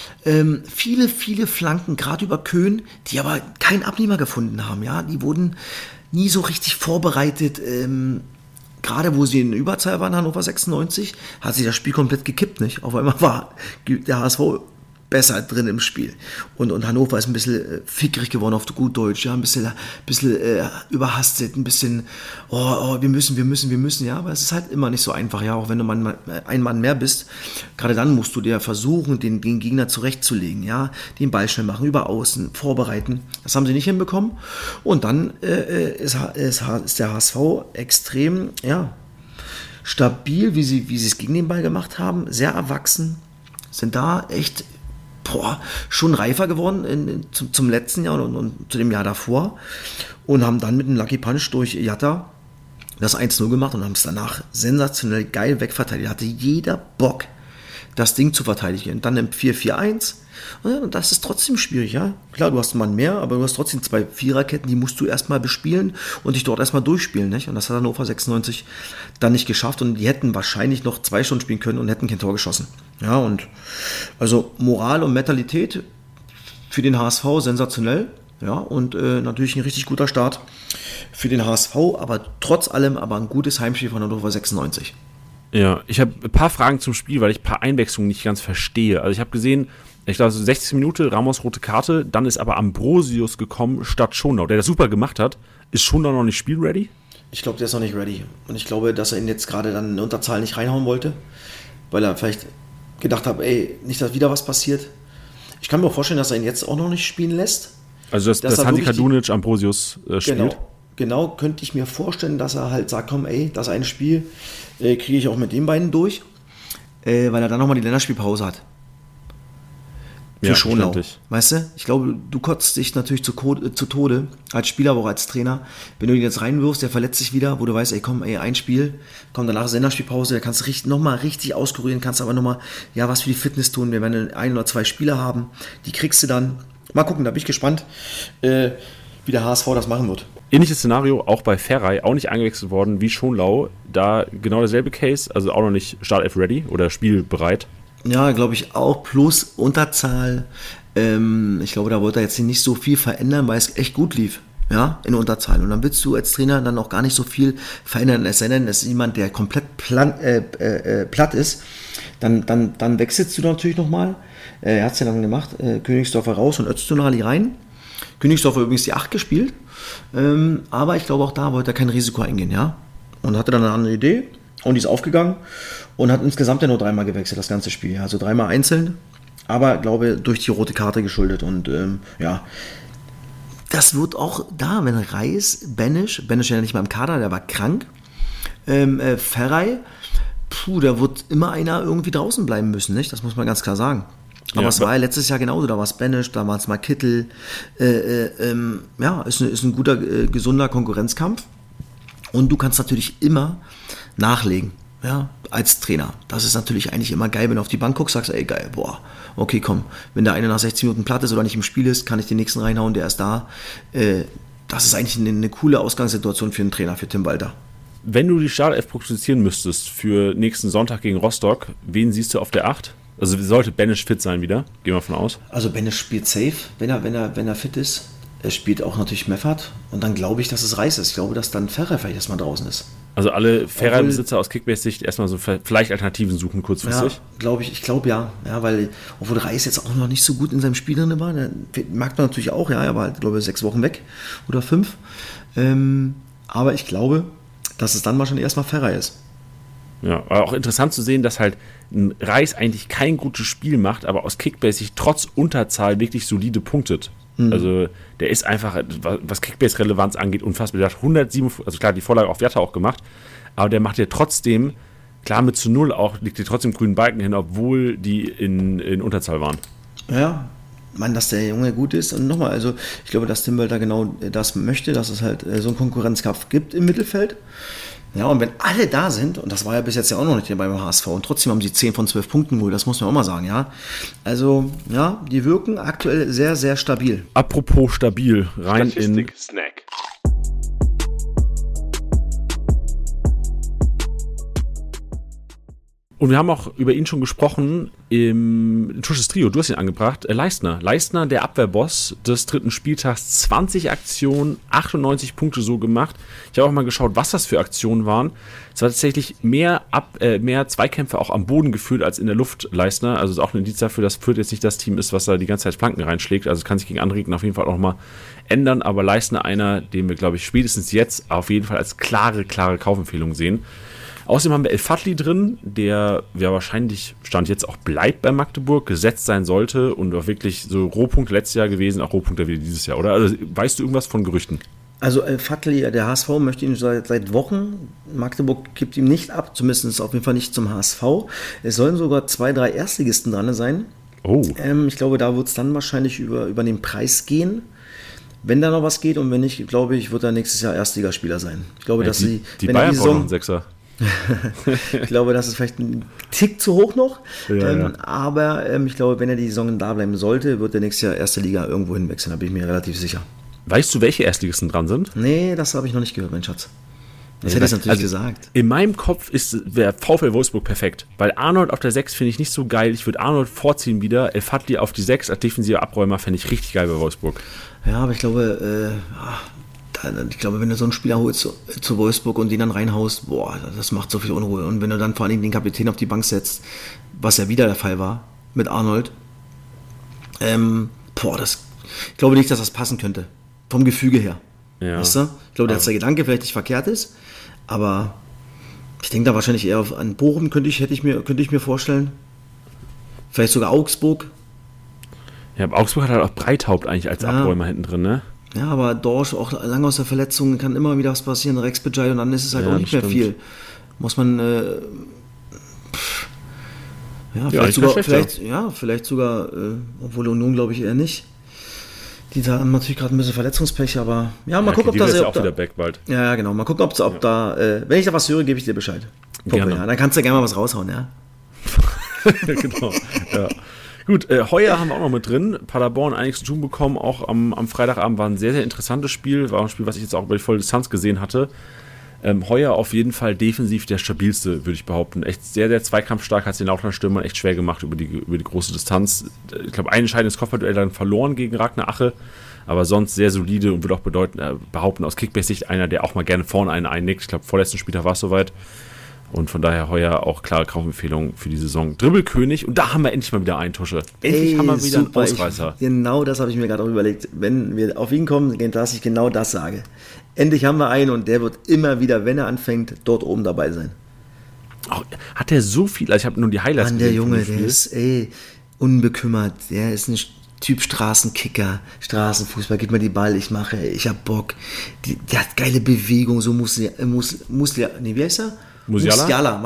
Speaker 3: Viele Flanken, gerade über Köhn, die aber keinen Abnehmer gefunden haben. Ja, die wurden nie so richtig vorbereitet. Gerade wo sie in Überzahl waren, Hannover 96, hat sich das Spiel komplett gekippt, nicht? Auf einmal war der HSV besser drin im Spiel. Und Hannover ist ein bisschen fickrig geworden auf gut Deutsch, ja, ein bisschen überhastet, ein bisschen, wir müssen, ja, aber es ist halt immer nicht so einfach, ja, auch wenn du ein Mann mehr bist, gerade dann musst du dir versuchen, den Gegner zurechtzulegen, ja, den Ball schnell machen, über Außen, vorbereiten, das haben sie nicht hinbekommen und dann ist der HSV extrem, ja, stabil, wie sie es gegen den Ball gemacht haben, sehr erwachsen, sind da echt schon reifer geworden zum letzten Jahr und zu dem Jahr davor und haben dann mit einem Lucky Punch durch Jatta das 1-0 gemacht und haben es danach sensationell geil wegverteidigt. Hatte jeder Bock, das Ding zu verteidigen. Und dann im 4-4-1 und das ist trotzdem schwierig, ja. Klar, du hast einen Mann mehr, aber du hast trotzdem 2 Viererketten, die musst du erstmal bespielen und dich dort erstmal durchspielen, nicht? Und das hat Hannover 96 dann nicht geschafft und die hätten wahrscheinlich noch 2 Stunden spielen können und hätten kein Tor geschossen. Ja, und also Moral und Mentalität für den HSV sensationell, ja, und natürlich ein richtig guter Start für den HSV, aber trotz allem ein gutes Heimspiel von Hannover 96.
Speaker 1: Ja, ich habe ein paar Fragen zum Spiel, weil ich ein paar Einwechslungen nicht ganz verstehe. Also ich habe gesehen, ich glaube, so 60 Minuten, Ramos rote Karte, dann ist aber Ambrosius gekommen statt Schonlau, der das super gemacht hat. Ist Schonlau noch nicht spielready?
Speaker 3: Ich glaube, der ist noch nicht ready. Und ich glaube, dass er ihn jetzt gerade dann in Unterzahl nicht reinhauen wollte, weil er vielleicht gedacht hat, nicht, dass wieder was passiert. Ich kann mir auch vorstellen, dass er ihn jetzt auch noch nicht spielen lässt.
Speaker 1: Also, dass Hansi Kadunic Ambrosius spielt?
Speaker 3: Genau, könnte ich mir vorstellen, dass er halt sagt, komm, das eine Spiel kriege ich auch mit den beiden durch, weil er dann nochmal die Länderspielpause hat. Für Schonlau. Weißt du? Ich glaube, du kotzt dich natürlich zu Tode, als Spieler, aber auch als Trainer. Wenn du ihn jetzt reinwirfst, der verletzt sich wieder, wo du weißt, ein Spiel, komm, danach ist Länderspielpause, da kannst du nochmal richtig auskurieren, kannst aber nochmal, was für die Fitness tun. Wir werden 1 oder 2 Spieler haben, die kriegst du dann. Mal gucken, da bin ich gespannt, wie der HSV das machen wird.
Speaker 1: Ähnliches Szenario, auch bei Ferrei, auch nicht eingewechselt worden wie Schonlau. Da genau derselbe Case, also auch noch nicht Startelf ready oder spielbereit.
Speaker 3: Ja, glaube ich auch, plus Unterzahl. Ich glaube, da wollte er jetzt nicht so viel verändern, weil es echt gut lief, ja, in Unterzahl. Und dann willst du als Trainer dann auch gar nicht so viel verändern, es sei denn, es ist jemand, der komplett platt ist. Dann wechselst du natürlich nochmal. Er hat es ja dann gemacht, Königsdorfer raus und Öztunali rein. Königsdorfer übrigens die 8 gespielt. Aber ich glaube, auch da wollte er kein Risiko eingehen, ja. Und hatte dann eine andere Idee und die ist aufgegangen. Und hat insgesamt ja nur 3-mal gewechselt, das ganze Spiel. Also 3-mal einzeln, aber glaube durch die rote Karte geschuldet. Und das wird auch da, wenn Reis, Benesch ja nicht mal im Kader, der war krank, Ferrei, da wird immer einer irgendwie draußen bleiben müssen, nicht? Das muss man ganz klar sagen. Aber es war ja letztes Jahr genauso, da war es Benesch, da war es mal Kittel. Ist ein guter, gesunder Konkurrenzkampf. Und du kannst natürlich immer nachlegen. Ja, als Trainer. Das ist natürlich eigentlich immer geil, wenn du auf die Bank guckst, sagst, geil, okay, komm, wenn der eine nach 60 Minuten platt ist oder nicht im Spiel ist, kann ich den nächsten reinhauen, der ist da. Das ist eigentlich eine coole Ausgangssituation für einen Trainer, für Tim Walter.
Speaker 1: Wenn du die Startelf prognostizieren müsstest für nächsten Sonntag gegen Rostock, wen siehst du auf der 8? Also sollte Benesch fit sein wieder, gehen wir von aus.
Speaker 3: Also Benesch spielt safe, wenn er fit ist. Er spielt auch natürlich Meffert und dann glaube ich, dass es Reis ist. Ich glaube, dass dann Ferrei vielleicht erstmal draußen ist.
Speaker 1: Also alle Ferrei-Besitzer aus Kickbase-Sicht erstmal so vielleicht Alternativen suchen kurzfristig?
Speaker 3: Ja, glaube ich. Ich glaube ja. Ja, weil, obwohl Reis jetzt auch noch nicht so gut in seinem Spiel drin war, mag man natürlich auch, ja, er war halt, glaube ich, 6 Wochen weg oder 5. Aber ich glaube, dass es dann wahrscheinlich erstmal Ferrei ist.
Speaker 1: Ja, aber auch interessant zu sehen, dass halt ein Reis eigentlich kein gutes Spiel macht, aber aus Kickbase-Sicht trotz Unterzahl wirklich solide punktet. Also der ist einfach, was Kickbase-Relevanz angeht, unfassbar. Der hat 107, also klar, die Vorlage auf Werther auch gemacht, aber der macht ja trotzdem, klar mit zu 0 auch, liegt dir trotzdem grünen Balken hin, obwohl die in Unterzahl waren.
Speaker 3: Ja, dass der Junge gut ist. Und nochmal, also ich glaube, dass Tim Walter genau das möchte, dass es halt so einen Konkurrenzkampf gibt im Mittelfeld. Ja, und wenn alle da sind, und das war ja bis jetzt ja auch noch nicht beim HSV, und trotzdem haben sie 10 von 12 Punkten geholt, das muss man auch mal sagen, ja. Also, ja, die wirken aktuell sehr, sehr stabil.
Speaker 1: Apropos stabil, rein in
Speaker 2: Snack.
Speaker 1: Und wir haben auch über ihn schon gesprochen im Tusches Trio, du hast ihn angebracht, Leistner. Leistner, der Abwehrboss des 3. Spieltags, 20 Aktionen, 98 Punkte so gemacht. Ich habe auch mal geschaut, was das für Aktionen waren. Es war tatsächlich mehr Zweikämpfe auch am Boden geführt als in der Luft, Leistner. Also ist auch ein Indiz dafür, dass Fürth jetzt nicht das Team ist, was da die ganze Zeit Flanken reinschlägt. Also es kann sich gegen andere Gegner auf jeden Fall auch mal ändern. Aber Leistner einer, den wir, glaube ich, spätestens jetzt auf jeden Fall als klare Kaufempfehlung sehen. Außerdem haben wir El Fadli drin, der ja wahrscheinlich, Stand jetzt auch bleibt bei Magdeburg, gesetzt sein sollte und auch wirklich so Rohpunkte letztes Jahr gewesen, auch Rohpunkte wieder dieses Jahr, oder? Also weißt du irgendwas von Gerüchten?
Speaker 3: Also El Fadli, der HSV möchte ihn seit Wochen, Magdeburg gibt ihm nicht ab, zumindest auf jeden Fall nicht zum HSV. Es sollen sogar 2, 3 Erstligisten dran sein.
Speaker 1: Oh.
Speaker 3: Ich glaube, da wird es dann wahrscheinlich über den Preis gehen. Wenn da noch was geht und wenn nicht, glaube ich, wird er nächstes Jahr Erstligaspieler sein. Ich glaube, dass
Speaker 1: die Bayern brauchen noch einen Sechser.
Speaker 3: Ich glaube, das ist vielleicht ein Tick zu hoch noch.
Speaker 1: Ja.
Speaker 3: Aber ich glaube, wenn er die Saison da bleiben sollte, wird er nächstes Jahr erste Liga irgendwo hinwechseln. Da bin ich mir relativ sicher.
Speaker 1: Weißt du, welche Erstligisten dran sind?
Speaker 3: Nee, das habe ich noch nicht gehört, mein Schatz. Das hätte ich natürlich gesagt.
Speaker 1: In meinem Kopf wäre VfL Wolfsburg perfekt. Weil Arnold auf der 6 finde ich nicht so geil. Ich würde Arnold vorziehen wieder. El Fadli auf die 6 als defensiver Abräumer fände ich richtig geil bei Wolfsburg.
Speaker 3: Ja, aber ich glaube, wenn du so einen Spieler holst zu Wolfsburg und den dann reinhaust, boah, das macht so viel Unruhe. Und wenn du dann vor allem den Kapitän auf die Bank setzt, was ja wieder der Fall war mit Arnold, ich glaube nicht, dass das passen könnte. Vom Gefüge her.
Speaker 1: Ja.
Speaker 3: Weißt du? Ich glaube, dass der Gedanke vielleicht nicht verkehrt ist, aber ich denke da wahrscheinlich eher an Bochum, könnte ich mir vorstellen. Vielleicht sogar Augsburg.
Speaker 1: Ja, aber Augsburg hat halt auch Breithaupt eigentlich als Abräumer hinten drin, ne?
Speaker 3: Ja, aber Dorsch auch lange aus der Verletzung, kann immer wieder was passieren, Rex Bejai, und dann ist es halt auch nicht mehr viel. Muss man vielleicht sogar, obwohl Union glaube ich eher nicht. Die haben natürlich gerade ein bisschen Verletzungspech, aber ja, mal gucken, ob das
Speaker 1: auch wieder back bald.
Speaker 3: Ja, genau, mal gucken, ob da, wenn ich da was höre, gebe ich dir Bescheid.
Speaker 1: Gerne.
Speaker 3: Ja, dann kannst du ja gerne mal was raushauen, ja.
Speaker 1: Genau, ja. Gut, Heuer haben wir auch noch mit drin. Paderborn einiges zu tun bekommen. Auch am Freitagabend war ein sehr, sehr interessantes Spiel. War ein Spiel, was ich jetzt auch über die volle Distanz gesehen hatte. Heuer auf jeden Fall defensiv der stabilste, würde ich behaupten. Echt sehr, sehr zweikampfstark, hat es den Lautern-Stürmern echt schwer gemacht über die große Distanz. Ich glaube, ein entscheidendes Kopfballduell dann verloren gegen Ragnar Ache. Aber sonst sehr solide und würde auch behaupten, aus Kickbase-Sicht einer, der auch mal gerne vorne einen einnickt. Ich glaube, vorletzten Spieltag war es soweit. Und von daher Heuer auch klare Kaufempfehlung für die Saison. Dribbelkönig, und da haben wir endlich mal wieder einen, Tusche. Endlich haben wir wieder einen Ausreißer.
Speaker 3: Genau das habe ich mir gerade auch überlegt. Wenn wir auf ihn kommen, dass ich genau das sage. Endlich haben wir einen und der wird immer wieder, wenn er anfängt, dort oben dabei sein.
Speaker 1: Oh, hat der so viel? Also ich habe nur die Highlights
Speaker 3: gesehen. Der Junge, der ist unbekümmert. Der ist ein Typ Straßenkicker, Straßenfußball, gib mir die Ball, ich hab Bock. Der hat geile Bewegung, so wie heißt er? Musiala,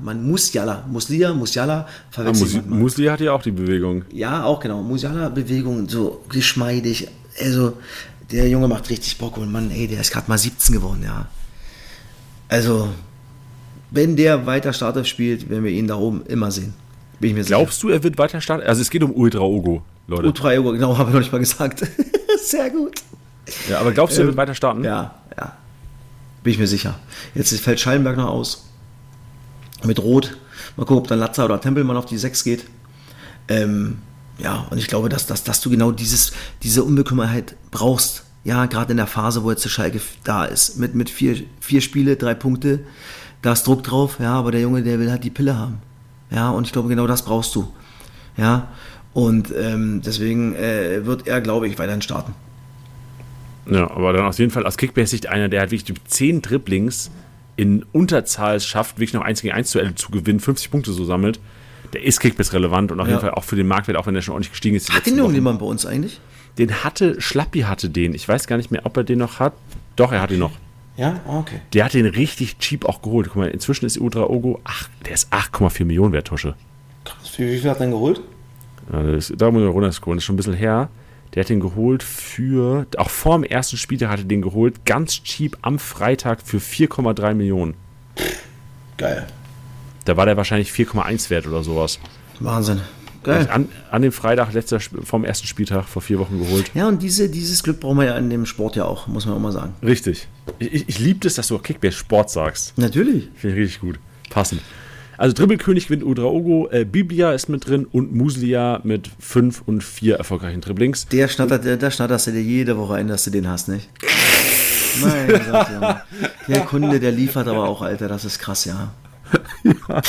Speaker 3: verwechselt man.
Speaker 1: Muslia hat ja auch die Bewegung.
Speaker 3: Ja, auch genau. Musiala-Bewegung, so geschmeidig. Also, der Junge macht richtig Bock und Mann, der ist gerade mal 17 geworden, ja. Also, wenn der weiter Startelf spielt, werden wir ihn da oben immer sehen. Bin ich mir sicher.
Speaker 1: Glaubst du, er wird weiter starten? Also, es geht um Ultra-Ogo, Leute.
Speaker 3: Ultra-Ogo, genau, habe ich noch nicht mal gesagt. Sehr gut.
Speaker 1: Ja, aber glaubst du, er wird weiter starten?
Speaker 3: Ja. Bin ich mir sicher. Jetzt fällt Schallenberg noch aus. Mit Rot. Mal gucken, ob dann Latza oder Tempelmann auf die 6 geht. Und ich glaube, dass du genau diese Unbekümmertheit brauchst. Ja, gerade in der Phase, wo jetzt der Schalke da ist. Mit 4 Spiele, 3 Punkte. Da ist Druck drauf. Ja, aber der Junge, der will halt die Pille haben. Ja, und ich glaube, genau das brauchst du. Ja, und deswegen wird er, glaube ich, weiterhin starten.
Speaker 1: Ja, aber dann auf jeden Fall aus Kickbase-Sicht einer, der halt wirklich 10 Dribblings in Unterzahl schafft, wirklich noch 1 gegen 1 Duelle zu gewinnen, 50 Punkte so sammelt. Der ist Kickbase relevant und auf jeden Fall auch für den Marktwert, auch wenn der schon ordentlich gestiegen ist.
Speaker 3: Hat den irgendjemand bei uns eigentlich?
Speaker 1: Schlappi hatte den. Ich weiß gar nicht mehr, ob er den noch hat. Doch, er hat ihn noch.
Speaker 3: Ja, okay.
Speaker 1: Der hat den richtig cheap auch geholt. Guck mal, inzwischen ist Ultra Ogo, der ist 8,4 Millionen wert, Tusche.
Speaker 3: Krass, wie viel hat er denn geholt?
Speaker 1: Ja, da muss ich runterscrollen, das ist schon ein bisschen her. Der hat den geholt auch vor dem ersten Spieltag hat er den geholt, ganz cheap am Freitag für 4,3 Millionen.
Speaker 3: Geil.
Speaker 1: Da war der wahrscheinlich 4,1 wert oder sowas.
Speaker 3: Wahnsinn. Geil.
Speaker 1: An dem Freitag, vom ersten Spieltag, vor 4 Wochen geholt.
Speaker 3: Ja, und dieses Glück brauchen wir ja in dem Sport ja auch, muss man auch mal sagen.
Speaker 1: Richtig. Ich liebe es, dass du auch Kickbase Sport sagst.
Speaker 3: Natürlich.
Speaker 1: Finde ich richtig gut. Passend. Also Dribbelkönig gewinnt Udraogo, Biblia ist mit drin und Muslia mit 5 und 4 erfolgreichen Dribblings.
Speaker 3: Da schnatterst du dir jede Woche ein, dass du den hast, nicht? Mein Gott, ja. Der Kunde, der liefert aber auch, Alter, das ist krass, ja.
Speaker 1: Ja.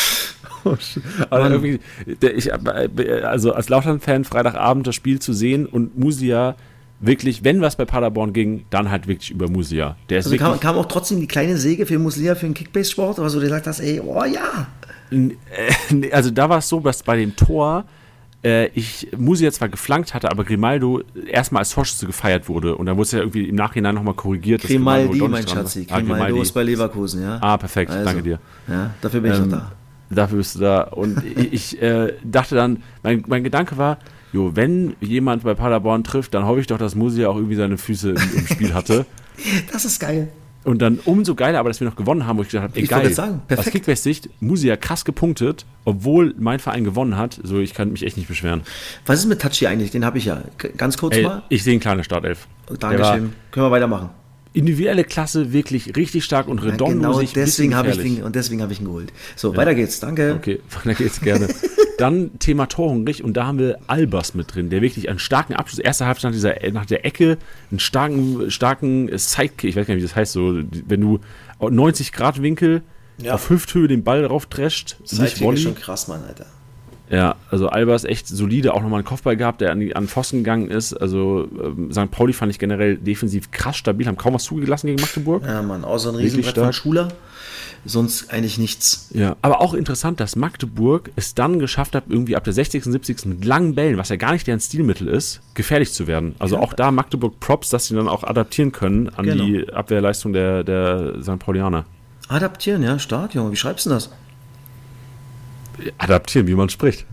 Speaker 1: Also als Lautern-Fan Freitagabend das Spiel zu sehen und Muslia wirklich, wenn was bei Paderborn ging, dann halt wirklich über Muslia. Der ist
Speaker 3: also kam auch trotzdem die kleine Säge für Muslia für den Kickbase-Sport, aber so der sagt das, ey, oh ja.
Speaker 1: Also da war es so, dass bei dem Tor Muslia zwar geflankt hatte, aber Grimaldo erstmal als Torschütze gefeiert wurde und dann wurde es ja irgendwie im Nachhinein nochmal korrigiert.
Speaker 3: Grimaldi, mein Schatzi, Grimaldo ist bei Leverkusen, ja.
Speaker 1: Ah, perfekt, also, danke dir.
Speaker 3: Ja, dafür bin ich noch da.
Speaker 1: Dafür bist du da. Und ich dachte dann, mein Gedanke war, wenn jemand bei Paderborn trifft, dann hoffe ich doch, dass Muslia auch irgendwie seine Füße im Spiel hatte.
Speaker 3: Das ist geil.
Speaker 1: Und dann umso geiler, aber dass wir noch gewonnen haben, wo ich gedacht habe, egal, aus Kickbase-Sicht, Muslia krass gepunktet, obwohl mein Verein gewonnen hat, so ich kann mich echt nicht beschweren.
Speaker 3: Was ist mit Tachi eigentlich? Den habe ich ja. Ganz kurz mal.
Speaker 1: Ich sehe eine kleine Startelf.
Speaker 3: Dankeschön. Können wir weitermachen.
Speaker 1: Individuelle Klasse, wirklich richtig stark und Redondo
Speaker 3: genau, deswegen habe ich ihn geholt. So, weiter geht's, danke.
Speaker 1: Okay, weiter geht's, gerne. Dann Thema torhungrig und da haben wir Albers mit drin, der wirklich einen starken Abschluss, erste Halbzeit nach der Ecke, einen starken Sidekick, ich weiß gar nicht, wie das heißt, so, wenn du 90-Grad-Winkel auf Hüfthöhe den Ball drauf drescht.
Speaker 3: Sidekick ist schon krass, Mann, Alter.
Speaker 1: Ja, also Albers echt solide, auch nochmal einen Kopfball gehabt, der an Pfosten gegangen ist. Also St. Pauli fand ich generell defensiv krass stabil, haben kaum was zugelassen gegen Magdeburg.
Speaker 3: Ja, Mann, außer ein Riesenbrett von Schuler, sonst eigentlich nichts.
Speaker 1: Ja, aber auch interessant, dass Magdeburg es dann geschafft hat, irgendwie ab der 60., 70. mit langen Bällen, was ja gar nicht deren Stilmittel ist, gefährlich zu werden. Also auch da Magdeburg Props, dass sie dann auch adaptieren können an die Abwehrleistung der St. Paulianer.
Speaker 3: Adaptieren, ja, stark, Junge. Wie schreibst du das?
Speaker 1: Adaptieren, wie man spricht.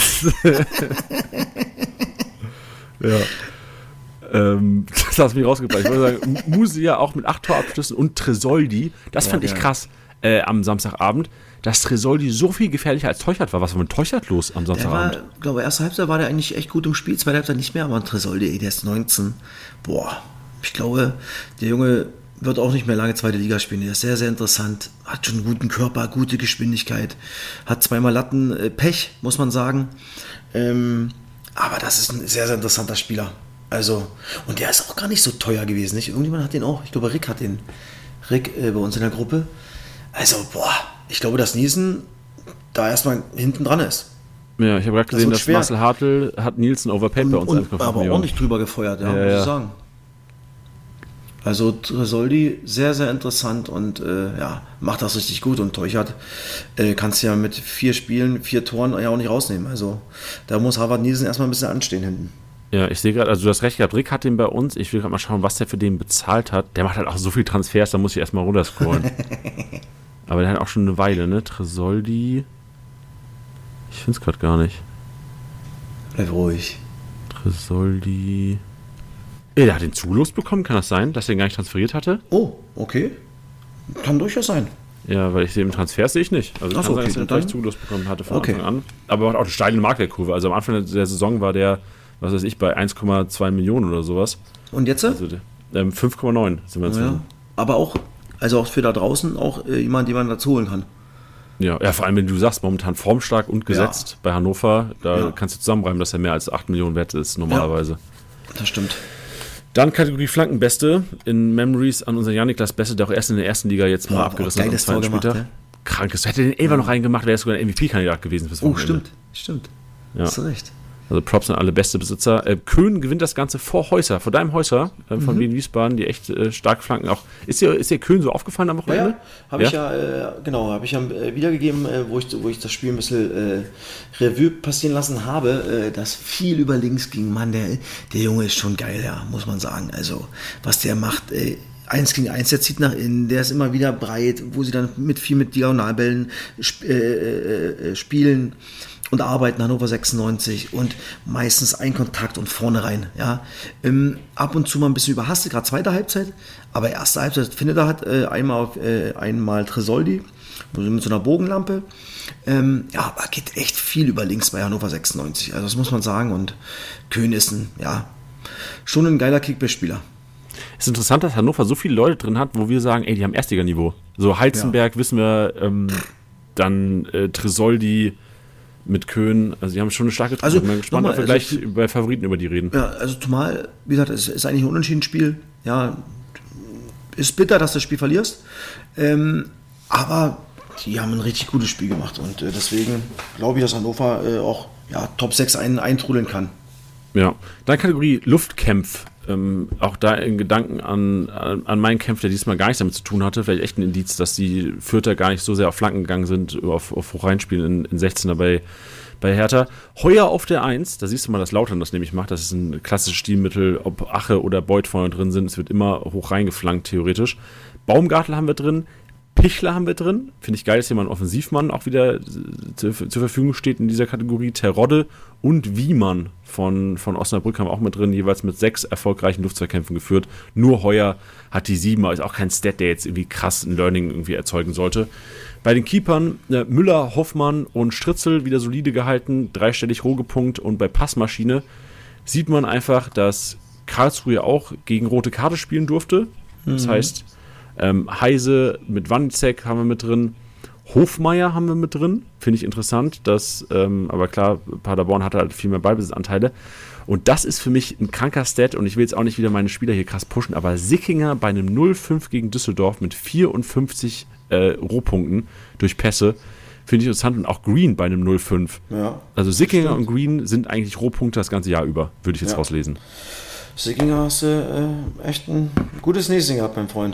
Speaker 1: Ja. Das hast du mich rausgebracht. Ich wollte sagen, Musia auch mit 8 Torabschlüssen und Tresoldi, das fand ich krass am Samstagabend, dass Tresoldi so viel gefährlicher als Teuchert war. Was war mit Teuchert los am Samstagabend?
Speaker 3: Ich glaube, erste Halbzeit war der eigentlich echt gut im Spiel, zweite Halbzeit nicht mehr, aber Tresoldi, der ist 19. Boah, ich glaube, der Junge wird auch nicht mehr lange zweite Liga spielen. Der ist sehr, sehr interessant. Hat schon einen guten Körper, gute Geschwindigkeit. Hat zweimal Latten, Pech, muss man sagen. Aber das ist ein sehr, sehr interessanter Spieler. Also, und der ist auch gar nicht so teuer gewesen, nicht? Irgendjemand hat den auch. Ich glaube, Rick hat den. Rick bei uns in der Gruppe. Also, ich glaube, dass Nielsen da erstmal hinten dran ist.
Speaker 1: Ja, ich habe gerade gesehen, dass Marcel Hartl hat Nielsen overpaid bei uns
Speaker 3: eingekauft. Aber auch nicht drüber gefeuert, muss ich sagen. Also Tresoldi, sehr, sehr interessant und macht das richtig gut. Und Teuchert kannst du ja mit 4 Spielen, 4 Toren ja auch nicht rausnehmen. Also da muss Harvard Nielsen erstmal ein bisschen anstehen hinten.
Speaker 1: Ja, ich sehe gerade, also du hast recht gehabt, Rick hat den bei uns. Ich will gerade mal schauen, was der für den bezahlt hat. Der macht halt auch so viel Transfers, da muss ich erstmal runterscrollen. Aber der hat auch schon eine Weile, ne? Tresoldi. Ich finde es gerade gar nicht.
Speaker 3: Bleib ruhig.
Speaker 1: Tresoldi. Der hat den Zulos bekommen, kann das sein, dass er ihn gar nicht transferiert hatte?
Speaker 3: Oh, okay. Kann durchaus sein.
Speaker 1: Ja, weil ich sehe im Transfer sehe ich nicht. Also kann sein, dass er vielleicht Zulos bekommen hatte von Anfang an. Aber hat auch eine steile Marktwertkurve. Also am Anfang der Saison war der, was weiß ich, bei 1,2 Millionen oder sowas.
Speaker 3: Und jetzt?
Speaker 1: Also 5,9 sind wir inzwischen.
Speaker 3: Ja. Aber auch für da draußen auch jemand, den man dazu holen kann.
Speaker 1: Ja, vor allem, wenn du sagst, momentan formstark und gesetzt bei Hannover, da kannst du zusammenreimen, dass er mehr als 8 Millionen wert ist normalerweise.
Speaker 3: Ja, das stimmt.
Speaker 1: Dann Kategorie Flankenbeste in Memories an unseren Janik, das Beste, der auch erst in der ersten Liga jetzt mal abgerissen hat am zweiten Spieltag. Ja? Krankes. Hätte den Elfer noch reingemacht, wäre es sogar ein MVP-Kandidat gewesen fürs Wochenende.
Speaker 3: Stimmt.
Speaker 1: Ja.
Speaker 3: Hast du recht.
Speaker 1: Also Props an alle beste Besitzer. Köhn gewinnt das Ganze vor deinem Häuser von Wien Wiesbaden, die echt stark flanken. Auch ist dir Köhn so aufgefallen am Wochenende?
Speaker 3: Ja, habe ich ja wiedergegeben, wo ich das Spiel ein bisschen Revue passieren lassen habe, dass viel über links ging. Mann, der Junge ist schon geil, ja, muss man sagen. Also, was der macht, 1 gegen 1, der zieht nach innen, der ist immer wieder breit, wo sie dann viel mit Diagonalbällen spielen. und arbeiten Hannover 96 und meistens ein Kontakt und vorne rein. Ja. Ab und zu mal ein bisschen überhastet, gerade zweite Halbzeit, aber erste Halbzeit findet er hat einmal Tresoldi mit so einer Bogenlampe. Aber geht echt viel über links bei Hannover 96, also das muss man sagen, und Köhn ist schon ein geiler Kickbase-Spieler.
Speaker 1: Es ist interessant, dass Hannover so viele Leute drin hat, wo wir sagen, ey, die haben Erstliganiveau. So Heizenberg wissen wir, dann Tresoldi mit Köhn, also die haben schon eine starke Truppe. Ich bin gespannt, ob wir gleich bei Favoriten über die reden.
Speaker 3: Ja, also zumal, wie gesagt, es ist eigentlich ein Unentschieden-Spiel. Ja, ist bitter, dass du das Spiel verlierst, aber die haben ein richtig gutes Spiel gemacht und deswegen glaube ich, dass Hannover auch Top 6 eintrudeln kann.
Speaker 1: Ja, dann Kategorie Luftkämpf. Auch da in Gedanken an meinen Kampf, der diesmal gar nichts damit zu tun hatte, vielleicht echt ein Indiz, dass die Fürther gar nicht so sehr auf Flanken gegangen sind, auf Hochreinspielen in 16er bei Hertha. Heuer auf der 1, da siehst du mal, dass Lautern das nämlich macht, das ist ein klassisches Stilmittel, ob Ache oder Beuth vorne drin sind, es wird immer hoch reingeflankt, theoretisch. Baumgartel haben wir drin, Pichler haben wir drin, finde ich geil, dass hier mal ein Offensivmann auch wieder zur Verfügung steht in dieser Kategorie. Terodde und Wiemann von Osnabrück haben auch mit drin, jeweils mit 6 erfolgreichen Luftzweikämpfen geführt. Nur Heuer hat die 7, aber ist auch kein Stat, der jetzt irgendwie krass ein Learning irgendwie erzeugen sollte. Bei den Keepern Müller, Hoffmann und Stritzel wieder solide gehalten, 3-stellig Rohgepunkt, und bei Passmaschine sieht man einfach, dass Karlsruhe auch gegen rote Karte spielen durfte. Das heißt, Heise mit Wanizek haben wir mit drin, Hofmeier haben wir mit drin, finde ich interessant, aber klar, Paderborn hat halt viel mehr Ballbesitzanteile, und das ist für mich ein kranker Stat, und ich will jetzt auch nicht wieder meine Spieler hier krass pushen, aber Sickinger bei einem 0-5 gegen Düsseldorf mit 54 Rohpunkten durch Pässe, finde ich interessant, und auch Green bei einem 0-5. Ja, also Sickinger und Green sind eigentlich Rohpunkte das ganze Jahr über, würde ich jetzt rauslesen.
Speaker 3: Sickinger hast du echt ein gutes Näschen gehabt, mein Freund.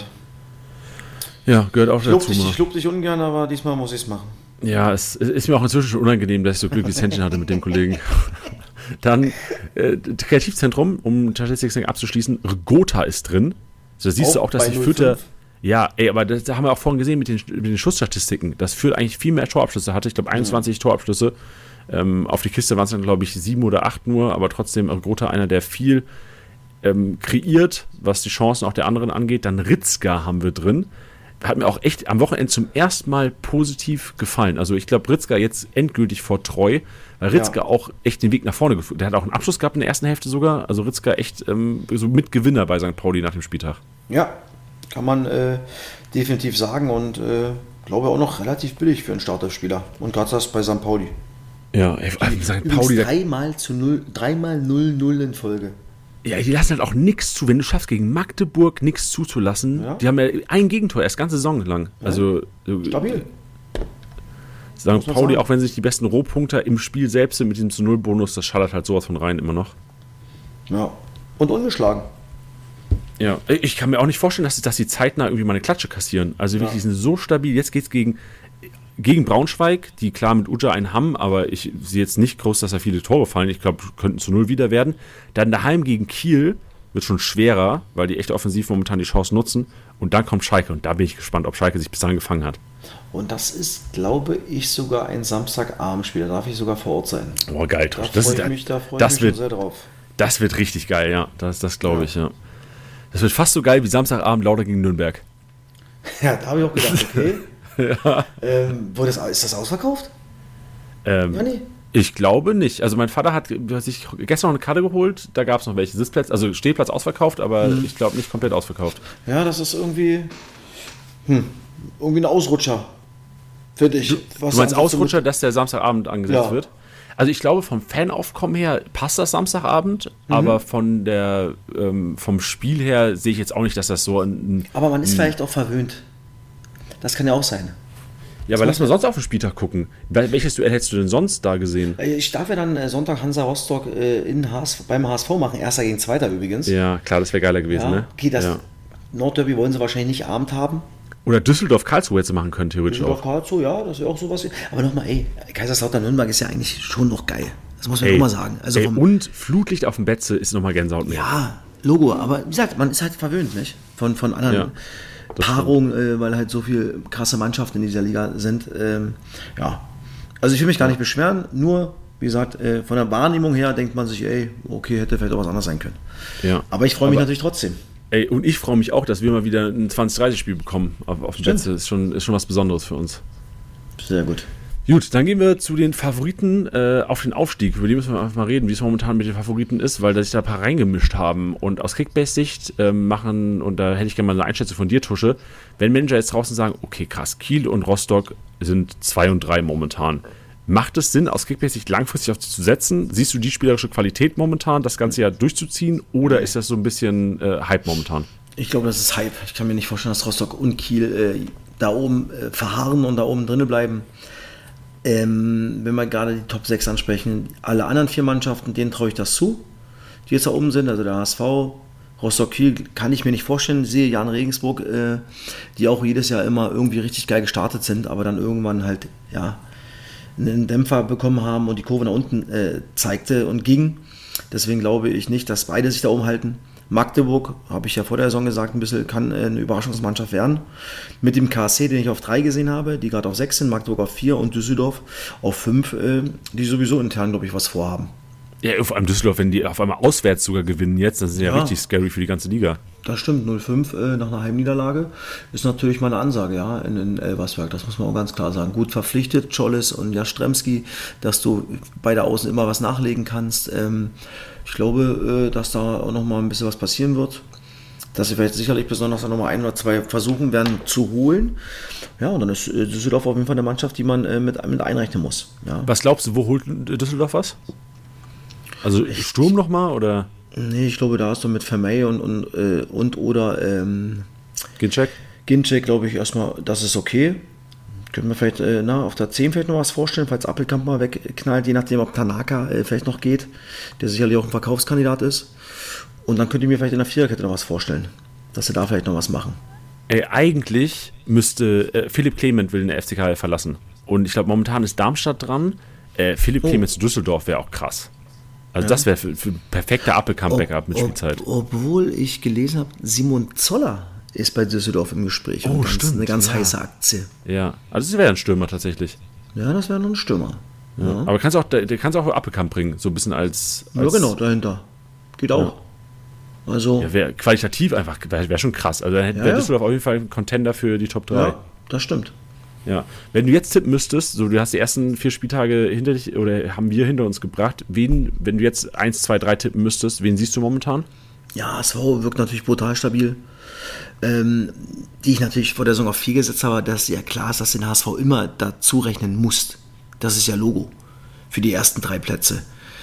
Speaker 1: Ja, gehört auch dazu.
Speaker 3: Ich lob dich ungern, aber diesmal muss ich es machen.
Speaker 1: Ja, es ist mir auch inzwischen schon unangenehm, dass ich so glückliches Händchen hatte mit dem Kollegen. Dann Kreativzentrum, um Statistik abzuschließen, Gotha ist drin. Da siehst du auch, dass die Fürther... Ja, aber da haben wir auch vorhin gesehen mit den Schussstatistiken. Das Fürth eigentlich viel mehr Torabschlüsse hatte. Ich glaube 21 Torabschlüsse. Auf die Kiste waren es dann, glaube ich, 7 oder 8 nur, aber trotzdem Gotha einer, der viel kreiert, was die Chancen auch der anderen angeht. Dann Ritzka haben wir drin. Hat mir auch echt am Wochenende zum ersten Mal positiv gefallen. Also ich glaube, Ritzka jetzt endgültig vor Treu, weil Ritzka auch echt den Weg nach vorne geführt. Der hat auch einen Abschluss gehabt in der ersten Hälfte sogar. Also Ritzka echt so Mitgewinner bei St. Pauli nach dem Spieltag. Ja,
Speaker 3: kann man definitiv sagen, und glaube auch noch relativ billig für einen Starterspieler. Und gerade das bei St. Pauli.
Speaker 1: Ja,
Speaker 3: St. Pauli. 3-0 in Folge.
Speaker 1: Ja, die lassen halt auch nichts zu. Wenn du schaffst, gegen Magdeburg nichts zuzulassen, die haben ja ein Gegentor erst ganze Saison lang. Ja. Also stabil. St. Pauli, auch wenn sie nicht die besten Rohpunkter im Spiel selbst sind, mit diesem zu 0-Bonus, das schallert halt sowas von rein immer noch.
Speaker 3: Ja. Und ungeschlagen.
Speaker 1: Ja, ich kann mir auch nicht vorstellen, dass die zeitnah irgendwie mal eine Klatsche kassieren. Also wirklich, die sind so stabil. Jetzt geht's gegen Braunschweig, die klar mit Uja einen haben, aber ich sehe jetzt nicht groß, dass da viele Tore fallen. Ich glaube, könnten zu 0 wieder werden. Dann daheim gegen Kiel wird schon schwerer, weil die echt offensiv momentan die Chance nutzen. Und dann kommt Schalke, und da bin ich gespannt, ob Schalke sich bis dahin gefangen hat.
Speaker 3: Und das ist, glaube ich, sogar ein Samstagabendspiel. Da darf ich sogar vor Ort sein.
Speaker 1: Oh, geil.
Speaker 3: Da freue ich mich schon sehr drauf.
Speaker 1: Das wird richtig geil, ja. Das glaube ich, ja. Das wird fast so geil wie Samstagabend Lauter gegen Nürnberg.
Speaker 3: Ja, da habe ich auch gedacht, okay. Ja. Ist das ausverkauft?
Speaker 1: Nee. Ich glaube nicht. Also mein Vater hat sich gestern noch eine Karte geholt, da gab es noch welche Sitzplätze, also Stehplatz ausverkauft, aber ich glaube nicht komplett ausverkauft.
Speaker 3: Ja, das ist irgendwie ein Ausrutscher, finde ich.
Speaker 1: Du meinst Ausrutscher, dass der Samstagabend angesetzt wird? Also ich glaube, vom Fanaufkommen her passt das Samstagabend, aber vom Spiel her sehe ich jetzt auch nicht, dass das so
Speaker 3: aber man ist vielleicht auch verwöhnt. Das kann ja auch sein.
Speaker 1: Ja, aber lass mal sonst auf den Spieltag gucken. Welches Duell hättest du denn sonst da gesehen?
Speaker 3: Ich darf ja dann Sonntag Hansa Rostock beim HSV machen. Erster gegen Zweiter übrigens.
Speaker 1: Ja, klar, das wäre geiler gewesen, ne?
Speaker 3: Okay, das Nordderby wollen sie wahrscheinlich nicht abend haben.
Speaker 1: Oder Düsseldorf-Karlsruhe hätte sie machen können, theoretisch auch.
Speaker 3: Düsseldorf-Karlsruhe, ja, das wäre auch sowas. Aber nochmal, Kaiserslautern-Nürnberg ist ja eigentlich schon noch geil. Das muss man auch mal sagen. Also
Speaker 1: und Flutlicht auf dem Betze ist nochmal Gänsehaut mehr.
Speaker 3: Ja, Logo, aber wie gesagt, man ist halt verwöhnt, nicht? Von anderen Paarungen, weil halt so viele krasse Mannschaften in dieser Liga sind. Also ich will mich gar nicht beschweren, nur, wie gesagt, von der Wahrnehmung her denkt man sich, okay, hätte vielleicht auch was anderes sein können.
Speaker 1: Ja.
Speaker 3: Aber ich freue mich natürlich trotzdem.
Speaker 1: Und ich freue mich auch, dass wir mal wieder ein 20-30-Spiel bekommen auf dem Plätze. Ist schon was Besonderes für uns.
Speaker 3: Sehr gut.
Speaker 1: Gut, dann gehen wir zu den Favoriten auf den Aufstieg. Über die müssen wir einfach mal reden, wie es momentan mit den Favoriten ist, weil da sich da ein paar reingemischt haben. Und aus Kickbase-Sicht machen, und da hätte ich gerne mal eine Einschätzung von dir, Tusche, wenn Manager jetzt draußen sagen, okay, krass, Kiel und Rostock sind 2 und 3 momentan. Macht es Sinn, aus Kickbase-Sicht langfristig auf sie zu setzen? Siehst du die spielerische Qualität momentan, das ganze Jahr durchzuziehen? Oder ist das so ein bisschen Hype momentan?
Speaker 3: Ich glaube, das ist Hype. Ich kann mir nicht vorstellen, dass Rostock und Kiel da oben verharren und da oben drinnen bleiben. Wenn wir gerade die Top 6 ansprechen, alle anderen 4 Mannschaften, denen traue ich das zu, die jetzt da oben sind, also der HSV, Rostock, Kiel, kann ich mir nicht vorstellen. Ich sehe Jan Regensburg, die auch jedes Jahr immer irgendwie richtig geil gestartet sind, aber dann irgendwann halt, einen Dämpfer bekommen haben und die Kurve nach unten zeigte und ging. Deswegen glaube ich nicht, dass beide sich da oben halten. Magdeburg, habe ich ja vor der Saison gesagt, ein bisschen kann eine Überraschungsmannschaft werden. Mit dem KSC, den ich auf 3 gesehen habe, die gerade auf 6 sind, Magdeburg auf 4 und Düsseldorf auf 5, die sowieso intern, glaube ich, was vorhaben.
Speaker 1: Ja, vor allem Düsseldorf, wenn die auf einmal auswärts sogar gewinnen jetzt, das ist ja richtig scary für die ganze Liga.
Speaker 3: Das stimmt, 0-5 nach einer Heimniederlage ist natürlich mal eine Ansage, ja, in Elversberg, das muss man auch ganz klar sagen. Gut verpflichtet, Czollis und Jastremski, dass du bei der Außen immer was nachlegen kannst. Ich glaube, dass da auch nochmal ein bisschen was passieren wird. Dass sie vielleicht sicherlich besonders nochmal 1 oder 2 versuchen werden zu holen. Ja, und dann ist Düsseldorf auf jeden Fall eine Mannschaft, die man mit einrechnen muss. Ja.
Speaker 1: Was glaubst du, wo holt Düsseldorf was? Also Sturm nochmal, oder?
Speaker 3: Nee, ich glaube, da hast du mit Vermey und oder Ginczek, glaube ich, erstmal, das ist okay. Können wir vielleicht auf der 10 vielleicht noch was vorstellen, falls Appelkamp mal wegknallt, je nachdem, ob Tanaka vielleicht noch geht, der sicherlich auch ein Verkaufskandidat ist. Und dann könnt ihr mir vielleicht in der Viererkette noch was vorstellen, dass sie da vielleicht noch was machen.
Speaker 1: Eigentlich müsste Philipp Clement will den FCK verlassen. Und ich glaube, momentan ist Darmstadt dran. Philipp Clement zu Düsseldorf wäre auch krass. Also das wäre für perfekter Appelkamp-Backup mit Spielzeit.
Speaker 3: Obwohl ich gelesen habe, Simon Zoller ist bei Düsseldorf im Gespräch.
Speaker 1: Oh, stimmt.
Speaker 3: Eine ganz heiße Aktie.
Speaker 1: Ja, also das wäre ein Stürmer tatsächlich.
Speaker 3: Ja, das wäre noch ein Stürmer.
Speaker 1: Ja. Aber der kannst auch Appelkamp bringen, so ein bisschen als
Speaker 3: ja, genau, dahinter. Geht auch.
Speaker 1: Ja.
Speaker 3: Also
Speaker 1: wäre qualitativ einfach, wäre schon krass. Also dann wäre Düsseldorf auf jeden Fall ein Contender für die Top 3.
Speaker 3: Ja, das stimmt.
Speaker 1: Ja, wenn du jetzt tippen müsstest, so du hast die ersten 4 Spieltage hinter dich oder haben wir hinter uns gebracht, wenn du jetzt 1, 2, 3 tippen müsstest, wen siehst du momentan?
Speaker 3: Ja, HSV wirkt natürlich brutal stabil. Die ich natürlich vor der Saison auf 4 gesetzt habe, dass ja klar ist, dass du den HSV immer dazu rechnen musst. Das ist ja Logo für die ersten 3 Plätze.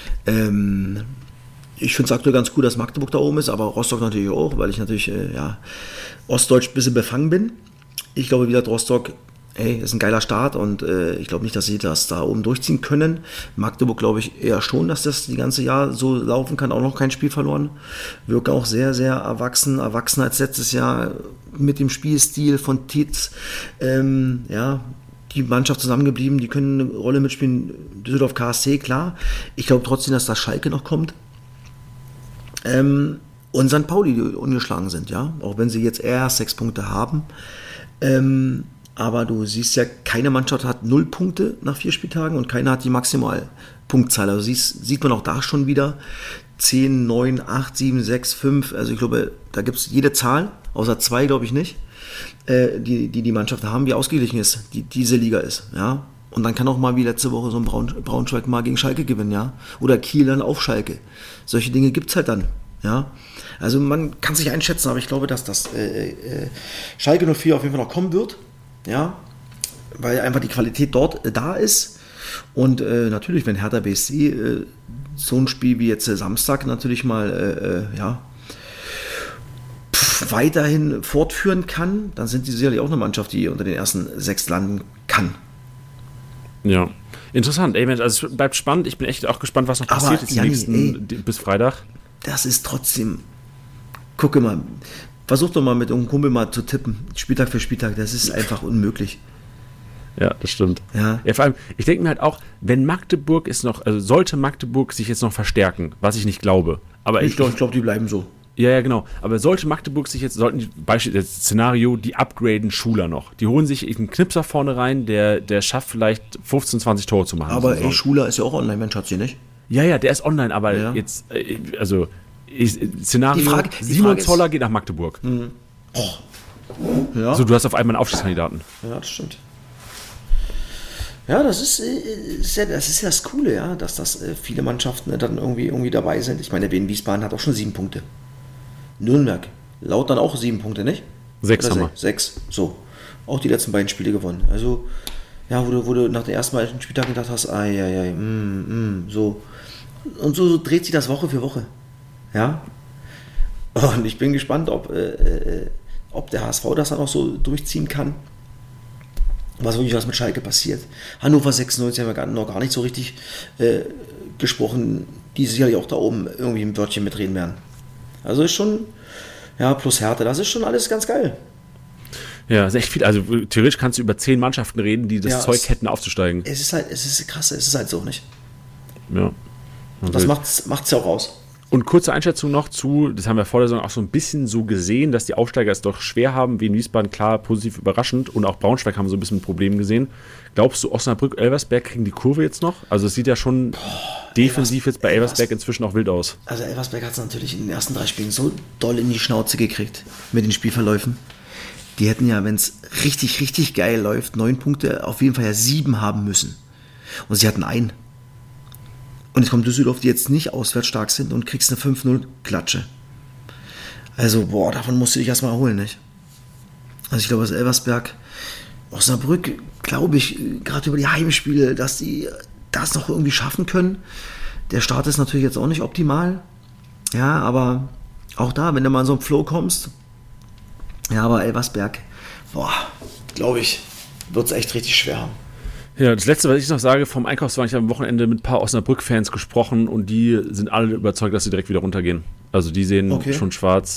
Speaker 3: Ich finde es aktuell ganz gut, dass Magdeburg da oben ist, aber Rostock natürlich auch, weil ich natürlich ostdeutsch ein bisschen befangen bin. Ich glaube wieder, Rostock ist ein geiler Start und ich glaube nicht, dass sie das da oben durchziehen können. Magdeburg glaube ich eher schon, dass das die ganze Jahr so laufen kann, auch noch kein Spiel verloren. Wirkt auch sehr, sehr erwachsener als letztes Jahr mit dem Spielstil von Tietz. Die Mannschaft zusammengeblieben, die können eine Rolle mitspielen. Düsseldorf KSC, klar. Ich glaube trotzdem, dass da Schalke noch kommt. Und St. Pauli, die ungeschlagen sind, ja. Auch wenn sie jetzt erst 6 Punkte haben. Aber du siehst ja, keine Mannschaft hat 0 Punkte nach 4 Spieltagen und keine hat die Maximalpunktzahl. Also sieht man auch da schon wieder 10, 9, 8, 7, 6, 5. Also ich glaube, da gibt es jede Zahl, außer 2 glaube ich nicht, die Mannschaft haben, wie ausgeglichen ist, die diese Liga ist. Ja? Und dann kann auch mal wie letzte Woche so ein Braunschweig mal gegen Schalke gewinnen. Ja? Oder Kiel dann auf Schalke. Solche Dinge gibt es halt dann. Ja? Also man kann sich einschätzen, aber ich glaube, dass das Schalke 04 auf jeden Fall noch kommen wird. Ja, weil einfach die Qualität dort da ist und natürlich, wenn Hertha BSC so ein Spiel wie jetzt Samstag natürlich mal weiterhin fortführen kann, dann sind die sicherlich auch eine Mannschaft, die unter den ersten 6 landen kann.
Speaker 1: Ja, interessant. Ey, Mensch, also es bleibt spannend. Ich bin echt auch gespannt, was noch passiert ist bis Freitag.
Speaker 3: Das ist trotzdem, gucke mal, versuch doch mal mit irgendeinem Kumpel mal zu tippen, Spieltag für Spieltag, das ist einfach unmöglich.
Speaker 1: Ja, das stimmt.
Speaker 3: Ja,
Speaker 1: vor allem, ich denke mir halt auch, wenn Magdeburg sollte Magdeburg sich jetzt noch verstärken, was ich nicht glaube. Aber
Speaker 3: ich glaube, die bleiben so.
Speaker 1: Ja, genau. Aber sollte Magdeburg sich jetzt, Beispiel, das Szenario, die upgraden Schuler noch. Die holen sich einen Knipser vorne rein, der schafft vielleicht 15, 20 Tore zu machen.
Speaker 3: Aber Schuler ist ja auch online, Mensch, hat sie nicht?
Speaker 1: Ja, der ist online, aber jetzt, also Szenario, Simon Zoller geht nach Magdeburg.
Speaker 3: Ja.
Speaker 1: So, du hast auf einmal einen Aufstiegskandidaten.
Speaker 3: Ja, das stimmt. Ja, das ist ja das Coole, ja, dass das viele Mannschaften dann irgendwie dabei sind. Ich meine, der Wien Wiesbaden hat auch schon 7 Punkte. Nürnberg, Lautern auch 7 Punkte, nicht?
Speaker 1: 6 haben wir.
Speaker 3: 6, so. Auch die letzten beiden Spiele gewonnen. Also, ja, wo du nach dem ersten Spieltag gedacht hast, so. Und so dreht sich das Woche für Woche. Ja. Und ich bin gespannt, ob der HSV das dann auch so durchziehen kann. Was mit Schalke passiert. Hannover 96 haben wir noch gar nicht so richtig gesprochen, die sicherlich auch da oben irgendwie im Wörtchen mitreden werden. Also ist schon, ja, plus Härte, das ist schon alles ganz geil.
Speaker 1: Ja, ist echt viel. Also theoretisch kannst du über 10 Mannschaften reden, die das Zeug hätten aufzusteigen.
Speaker 3: Es ist krass, es ist halt so nicht.
Speaker 1: Ja.
Speaker 3: Das macht's ja auch aus.
Speaker 1: Und kurze Einschätzung noch zu, das haben wir vor der Saison auch so ein bisschen so gesehen, dass die Aufsteiger es doch schwer haben, wie in Wiesbaden, klar, positiv überraschend, und auch Braunschweig haben so ein bisschen ein Problem gesehen. Glaubst du, Osnabrück, Elversberg kriegen die Kurve jetzt noch? Also es sieht ja schon defensiv jetzt bei Elversberg inzwischen auch wild aus.
Speaker 3: Also Elversberg hat es natürlich in den ersten 3 Spielen so doll in die Schnauze gekriegt mit den Spielverläufen. Die hätten ja, wenn es richtig, richtig geil läuft, 9 Punkte, auf jeden Fall ja 7 haben müssen. Und sie hatten 1. Und jetzt kommt Düsseldorf, die jetzt nicht auswärts stark sind, und kriegst eine 5-0-Klatsche. Also, davon musst du dich erstmal erholen, nicht? Also ich glaube, dass Elversberg, Osnabrück, glaube ich, gerade über die Heimspiele, dass die das noch irgendwie schaffen können. Der Start ist natürlich jetzt auch nicht optimal. Ja, aber auch da, wenn du mal in so einen Flow kommst. Ja, aber Elversberg, glaube ich, wird es echt richtig schwer haben.
Speaker 1: Ja, das Letzte, was ich noch sage, vom Einkaufswagen, ich habe am Wochenende mit ein paar Osnabrück-Fans gesprochen und die sind alle überzeugt, dass sie direkt wieder runtergehen. Also die sehen schon schwarz.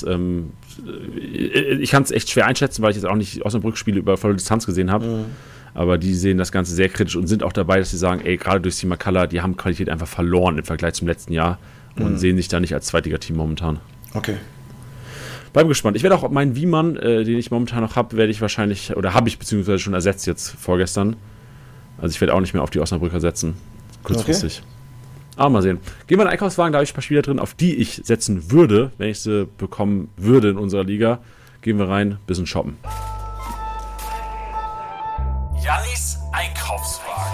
Speaker 1: Ich kann es echt schwer einschätzen, weil ich jetzt auch nicht Osnabrück-Spiele über volle Distanz gesehen habe. Mhm. Aber die sehen das Ganze sehr kritisch und sind auch dabei, dass sie sagen, gerade durch Simakala, die haben Qualität einfach verloren im Vergleich zum letzten Jahr und sehen sich da nicht als Zweitliga-Team momentan.
Speaker 3: Okay.
Speaker 1: Bleib gespannt. Ich werde auch meinen Wiemann, den ich momentan noch habe, werde ich wahrscheinlich, oder habe ich beziehungsweise schon ersetzt jetzt vorgestern. Also ich werde auch nicht mehr auf die Osnabrücker setzen, kurzfristig. Okay. Aber mal sehen. Gehen wir in den Einkaufswagen, da habe ich ein paar Spieler drin, auf die ich setzen würde, wenn ich sie bekommen würde in unserer Liga. Gehen wir rein, bisschen shoppen.
Speaker 2: Jannis Einkaufswagen.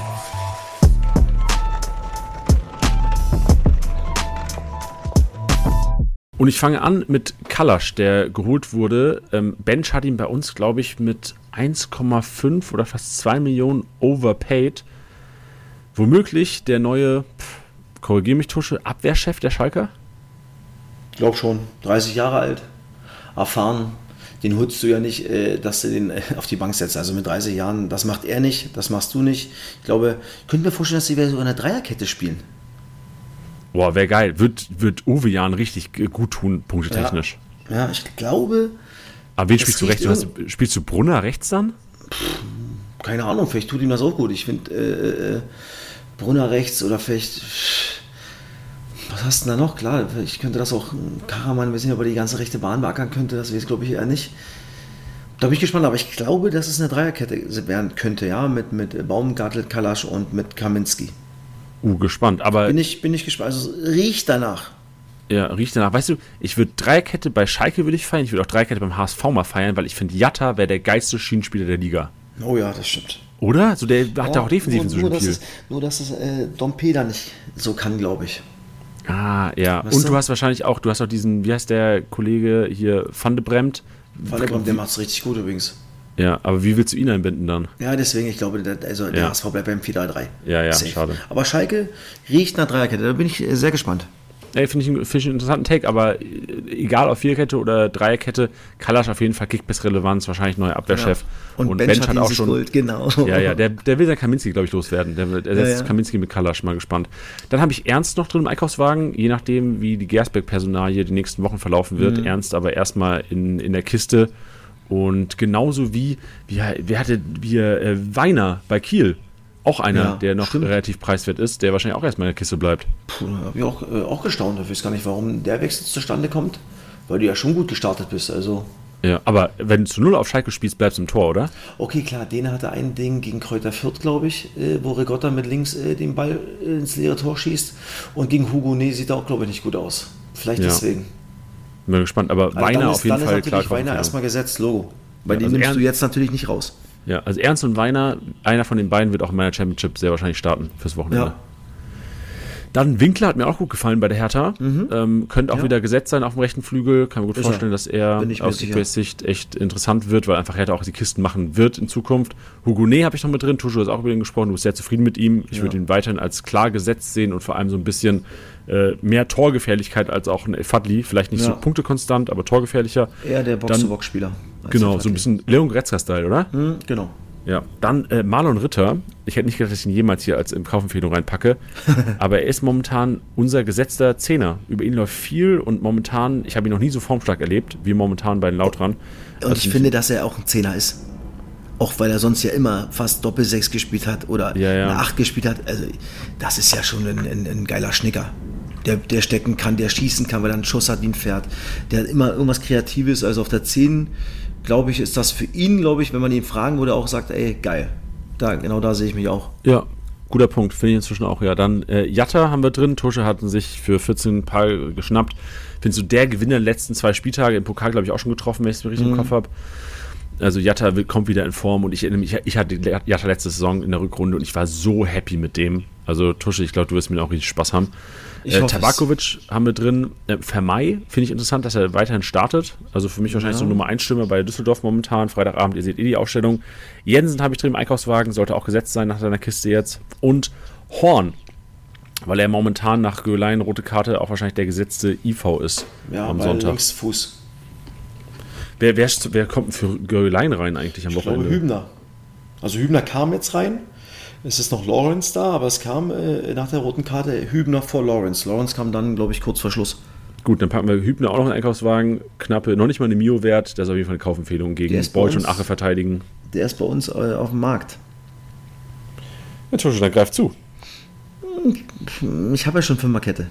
Speaker 1: Und ich fange an mit Kalasch, der geholt wurde. Bench hat ihn bei uns, glaube ich, mit 1,5 oder fast 2 Millionen overpaid. Womöglich der neue, korrigiere mich Tusche, Abwehrchef der Schalker?
Speaker 3: Ich glaube schon, 30 Jahre alt, erfahren. Den holst du ja nicht, dass du den auf die Bank setzt. Also mit 30 Jahren, das macht er nicht, das machst du nicht. Ich glaube, ich könnte mir vorstellen, dass sie sogar in einer Dreierkette spielen.
Speaker 1: Boah, wäre geil. Wird Uwe Jan richtig gut tun, punktetechnisch.
Speaker 3: Ja, ich glaube...
Speaker 1: Aber wen spielst du rechts? Spielst du Brunner rechts dann?
Speaker 3: Keine Ahnung, vielleicht tut ihm das auch gut. Ich finde Brunner rechts oder vielleicht... Was hast du denn da noch? Klar, ich könnte das auch Karaman ein bisschen über die ganze rechte Bahn beackern könnte. Das weiß, glaube ich, eher nicht. Da bin ich gespannt. Aber ich glaube, dass es eine Dreierkette werden könnte, ja, mit Baumgartel, Kalasch und mit Kaminski.
Speaker 1: Gespannt, aber...
Speaker 3: Bin ich gespannt. Also riecht danach.
Speaker 1: Ja, riecht danach. Weißt du, ich würde Dreierkette bei Schalke würde ich feiern. Ich würde auch Dreierkette beim HSV mal feiern, weil ich finde, Jatta wäre der geilste Schienenspieler der Liga.
Speaker 3: Oh ja, das stimmt.
Speaker 1: Oder? So, der hat da auch defensiv inzwischen viel.
Speaker 3: Nur, dass es Dompe da nicht so kann, glaube ich.
Speaker 1: Ah, ja. Weißt und du hast wahrscheinlich auch, diesen, wie heißt der Kollege hier, Van de Bremt?
Speaker 3: Van de Bremt, der macht es richtig gut übrigens.
Speaker 1: Ja, aber wie willst du ihn einbinden dann?
Speaker 3: Ja, deswegen, ich glaube, der HSV bleibt beim 4-3-3.
Speaker 1: Ja,
Speaker 3: safe.
Speaker 1: Schade.
Speaker 3: Aber Schalke riecht nach Dreierkette, da bin ich sehr gespannt.
Speaker 1: Ey, finde ich einen interessanten Take, aber egal ob Viererkette oder Dreierkette, Kalasch auf jeden Fall Kickbiss-Relevanz, wahrscheinlich neuer Abwehrchef.
Speaker 3: Ja. Und Bench hat auch schon Gold, genau.
Speaker 1: Ja, der will sein Kaminski, glaube ich, loswerden. Der setzt Kaminski mit Kalasch, mal gespannt. Dann habe ich Ernst noch drin im Einkaufswagen, je nachdem, wie die Gersbeck-Personalie die nächsten Wochen verlaufen wird. Ernst aber erstmal in der Kiste. Und genauso wie Weiner bei Kiel. Auch einer, der noch relativ preiswert ist, der wahrscheinlich auch erstmal in der Kiste bleibt.
Speaker 3: Puh, da habe ich auch gestaunt. Ich weiß gar nicht, warum der Wechsel zustande kommt. weil du ja schon gut gestartet bist. Also.
Speaker 1: Ja, aber wenn du zu 0 auf Schalke spielst, bleibst du im Tor, oder?
Speaker 3: Okay, klar, Däne hatte ein Ding gegen Kräuter Fürth, glaube ich, wo Rigotta mit links den Ball ins leere Tor schießt. Und gegen Hugo sieht er auch, glaube ich, nicht gut aus. Vielleicht deswegen.
Speaker 1: Bin gespannt, aber Weiner auf jeden Fall
Speaker 3: klar. Weiner erstmal gesetzt, Logo. Bei dem
Speaker 1: also
Speaker 3: nimmst du jetzt natürlich nicht raus.
Speaker 1: Ja, also Ernst und Weiner, einer von den beiden wird auch in meiner Championship sehr wahrscheinlich starten fürs Wochenende. Ja. Dann Winkler hat mir auch gut gefallen bei der Hertha. Könnte auch wieder gesetzt sein auf dem rechten Flügel. Kann mir gut vorstellen, dass er aus Sicht echt interessant wird, weil einfach Hertha auch die Kisten machen wird in Zukunft. Hugonet habe ich noch mit drin. Tuschu hat auch über ihn gesprochen. Du bist sehr zufrieden mit ihm. Ich würde ihn weiterhin als klar gesetzt sehen und vor allem so ein bisschen mehr Torgefährlichkeit als auch ein Fadli. Vielleicht nicht so punktekonstant, aber torgefährlicher.
Speaker 3: Eher der Box-to-Box-Spieler.
Speaker 1: Genau, so ein bisschen Leon Goretzka-Style, oder?
Speaker 3: Genau.
Speaker 1: Ja, dann Marlon Ritter. Ich hätte nicht gedacht, dass ich ihn jemals hier als Kaufempfehlung reinpacke, aber er ist momentan unser gesetzter Zehner. Über ihn läuft viel und momentan, ich habe ihn noch nie so formstark erlebt, wie momentan bei den Lautran.
Speaker 3: Und ich finde, dass er auch ein Zehner ist. Auch weil er sonst ja immer fast Doppel-6 gespielt hat oder eine 8 gespielt hat. Also das ist ja schon ein geiler Schnicker. Der stecken kann, der schießen kann, weil er einen Schuss hat, wie ein Pferd. Der hat immer irgendwas Kreatives, also auf der 10, glaube ich, ist das für ihn, wenn man ihn fragen würde, auch sagt, ey, geil. Genau da sehe ich mich auch.
Speaker 1: Ja, guter Punkt, finde ich inzwischen auch, ja. Dann Jatta haben wir drin, Tusche hatten sich für 14 Paar geschnappt. Findest du, der Gewinner der letzten 2 Spieltage im Pokal, glaube ich, auch schon getroffen, wenn ich es richtig im Kopf habe. Also Jatta kommt wieder in Form und ich hatte Jatta letzte Saison in der Rückrunde und ich war so happy mit dem. Also Tusche, ich glaube, du wirst mir auch richtig Spaß haben. Tabakovic haben wir drin. Vermey finde ich interessant, dass er weiterhin startet. Also für mich wahrscheinlich so Nummer 1 Stimme bei Düsseldorf momentan. Freitagabend, ihr seht die Aufstellung. Jensen habe ich drin im Einkaufswagen, sollte auch gesetzt sein nach seiner Kiste jetzt. Und Horn, weil er momentan nach Gölein rote Karte auch wahrscheinlich der gesetzte IV ist am Sonntag.
Speaker 3: Linksfuß.
Speaker 1: Wer kommt denn für Gölein rein eigentlich am Wochenende?
Speaker 3: Ich glaube Hübner. Also Hübner kam jetzt rein. Es ist noch Lawrence da, aber es kam nach der roten Karte Hübner vor Lawrence. Lawrence kam dann, glaube ich, kurz vor Schluss.
Speaker 1: Gut, dann packen wir Hübner auch noch in den Einkaufswagen. Knappe, noch nicht mal eine Mio wert. Das ist auf jeden Fall eine Kaufempfehlung gegen Beutsch und Ache verteidigen.
Speaker 3: Der ist bei uns auf dem Markt.
Speaker 1: Ja, Tusche, dann greif zu.
Speaker 3: Ich habe ja schon 5er-Kette.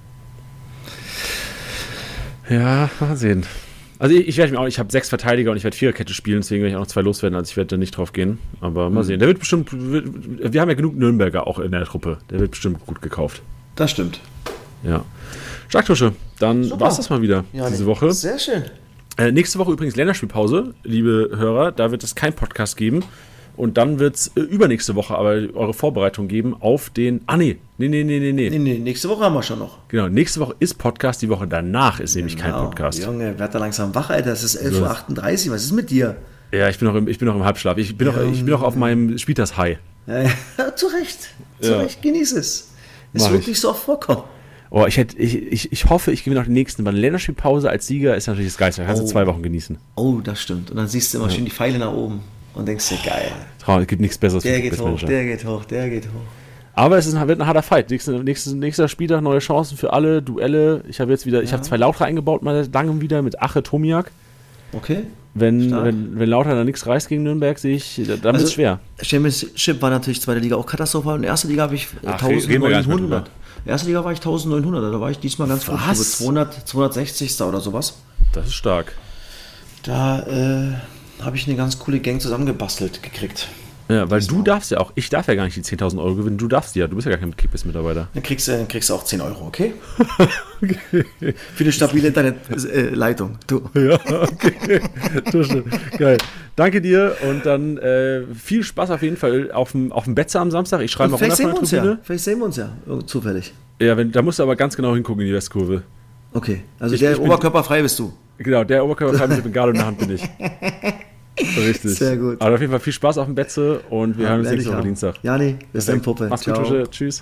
Speaker 1: Ja, mal sehen. Also ich habe 6 Verteidiger und ich werde 4er-Kette spielen, deswegen werde ich auch noch 2 loswerden, also ich werde da nicht drauf gehen. Aber mal sehen. Der wird bestimmt, wir haben ja genug Nürnberger auch in der Truppe, der wird bestimmt gut gekauft.
Speaker 3: Das stimmt.
Speaker 1: Ja. Stark, Tusche, dann war es das mal wieder diese Woche.
Speaker 3: Sehr schön.
Speaker 1: Nächste Woche übrigens Länderspielpause, liebe Hörer, da wird es keinen Podcast geben. Und dann wird es übernächste Woche aber eure Vorbereitung geben auf den... Nee,
Speaker 3: nächste Woche haben wir schon noch.
Speaker 1: Genau, nächste Woche ist Podcast, die Woche danach ist nämlich kein Podcast.
Speaker 3: Junge, werd da langsam wach, Alter, es ist 11:38 Uhr, was ist mit dir?
Speaker 1: Ja, ich bin noch im Halbschlaf, ich bin noch auf meinem Spieltags-High.
Speaker 3: Ja, zu Recht, genieß es. Es wird nicht so oft vorkommen.
Speaker 1: Oh, ich hoffe, ich gewinne auch den nächsten, weil eine Länderspielpause als Sieger ist natürlich das Geilste, da kannst du 2 Wochen genießen.
Speaker 3: Oh, das stimmt, und dann siehst du immer schön die Pfeile nach oben. Und denkst dir, geil.
Speaker 1: Es gibt nichts Besseres.
Speaker 3: Der geht hoch.
Speaker 1: Aber es wird ein harter Fight. Nächster Spieltag, neue Chancen für alle, Duelle. Ich habe 2 Lauter eingebaut, mal langem wieder mit Ache Tomiak.
Speaker 3: Okay.
Speaker 1: Wenn Lauter da nichts reißt gegen Nürnberg, sehe ich, dann wird es schwer.
Speaker 3: Championship war natürlich 2. Liga auch katastrophal. Und 1. Liga habe ich 1900. Erste Liga war ich 1900, da war ich diesmal ganz gut. 260. oder sowas.
Speaker 1: Das ist stark.
Speaker 3: Da habe ich eine ganz coole Gang zusammengebastelt gekriegt.
Speaker 1: Ja, weil du darfst ja auch, ich darf ja gar nicht die 10.000 Euro gewinnen, du darfst ja, du bist ja gar kein Kickbiss-Mitarbeiter.
Speaker 3: Dann kriegst du auch 10 Euro, okay? Für eine stabile Internetleitung.
Speaker 1: Ja, okay. Geil. Danke dir und dann viel Spaß auf jeden Fall auf dem Betzer am Samstag. Ich schreibe mal runter von der Tribüne.
Speaker 3: Vielleicht sehen wir uns ja zufällig.
Speaker 1: Ja, da musst du aber ganz genau hingucken in die Westkurve.
Speaker 3: Okay, also der oberkörperfrei bist du.
Speaker 1: Genau, der oberkörperfrei mit Bengalo in der Hand bin ich. Richtig.
Speaker 3: Sehr gut.
Speaker 1: Aber auf jeden Fall viel Spaß auf dem Betze und wir hören uns nächste Woche Dienstag.
Speaker 3: Jani, bis dann, Puppe.
Speaker 1: Mach's gut, Tusche. Tschüss.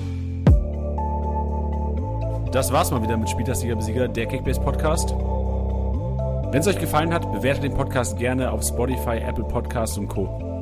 Speaker 1: Das war's mal wieder mit Spieltagsliga-Besieger, der Kickbase-Podcast. Wenn es euch gefallen hat, bewertet den Podcast gerne auf Spotify, Apple Podcasts und Co.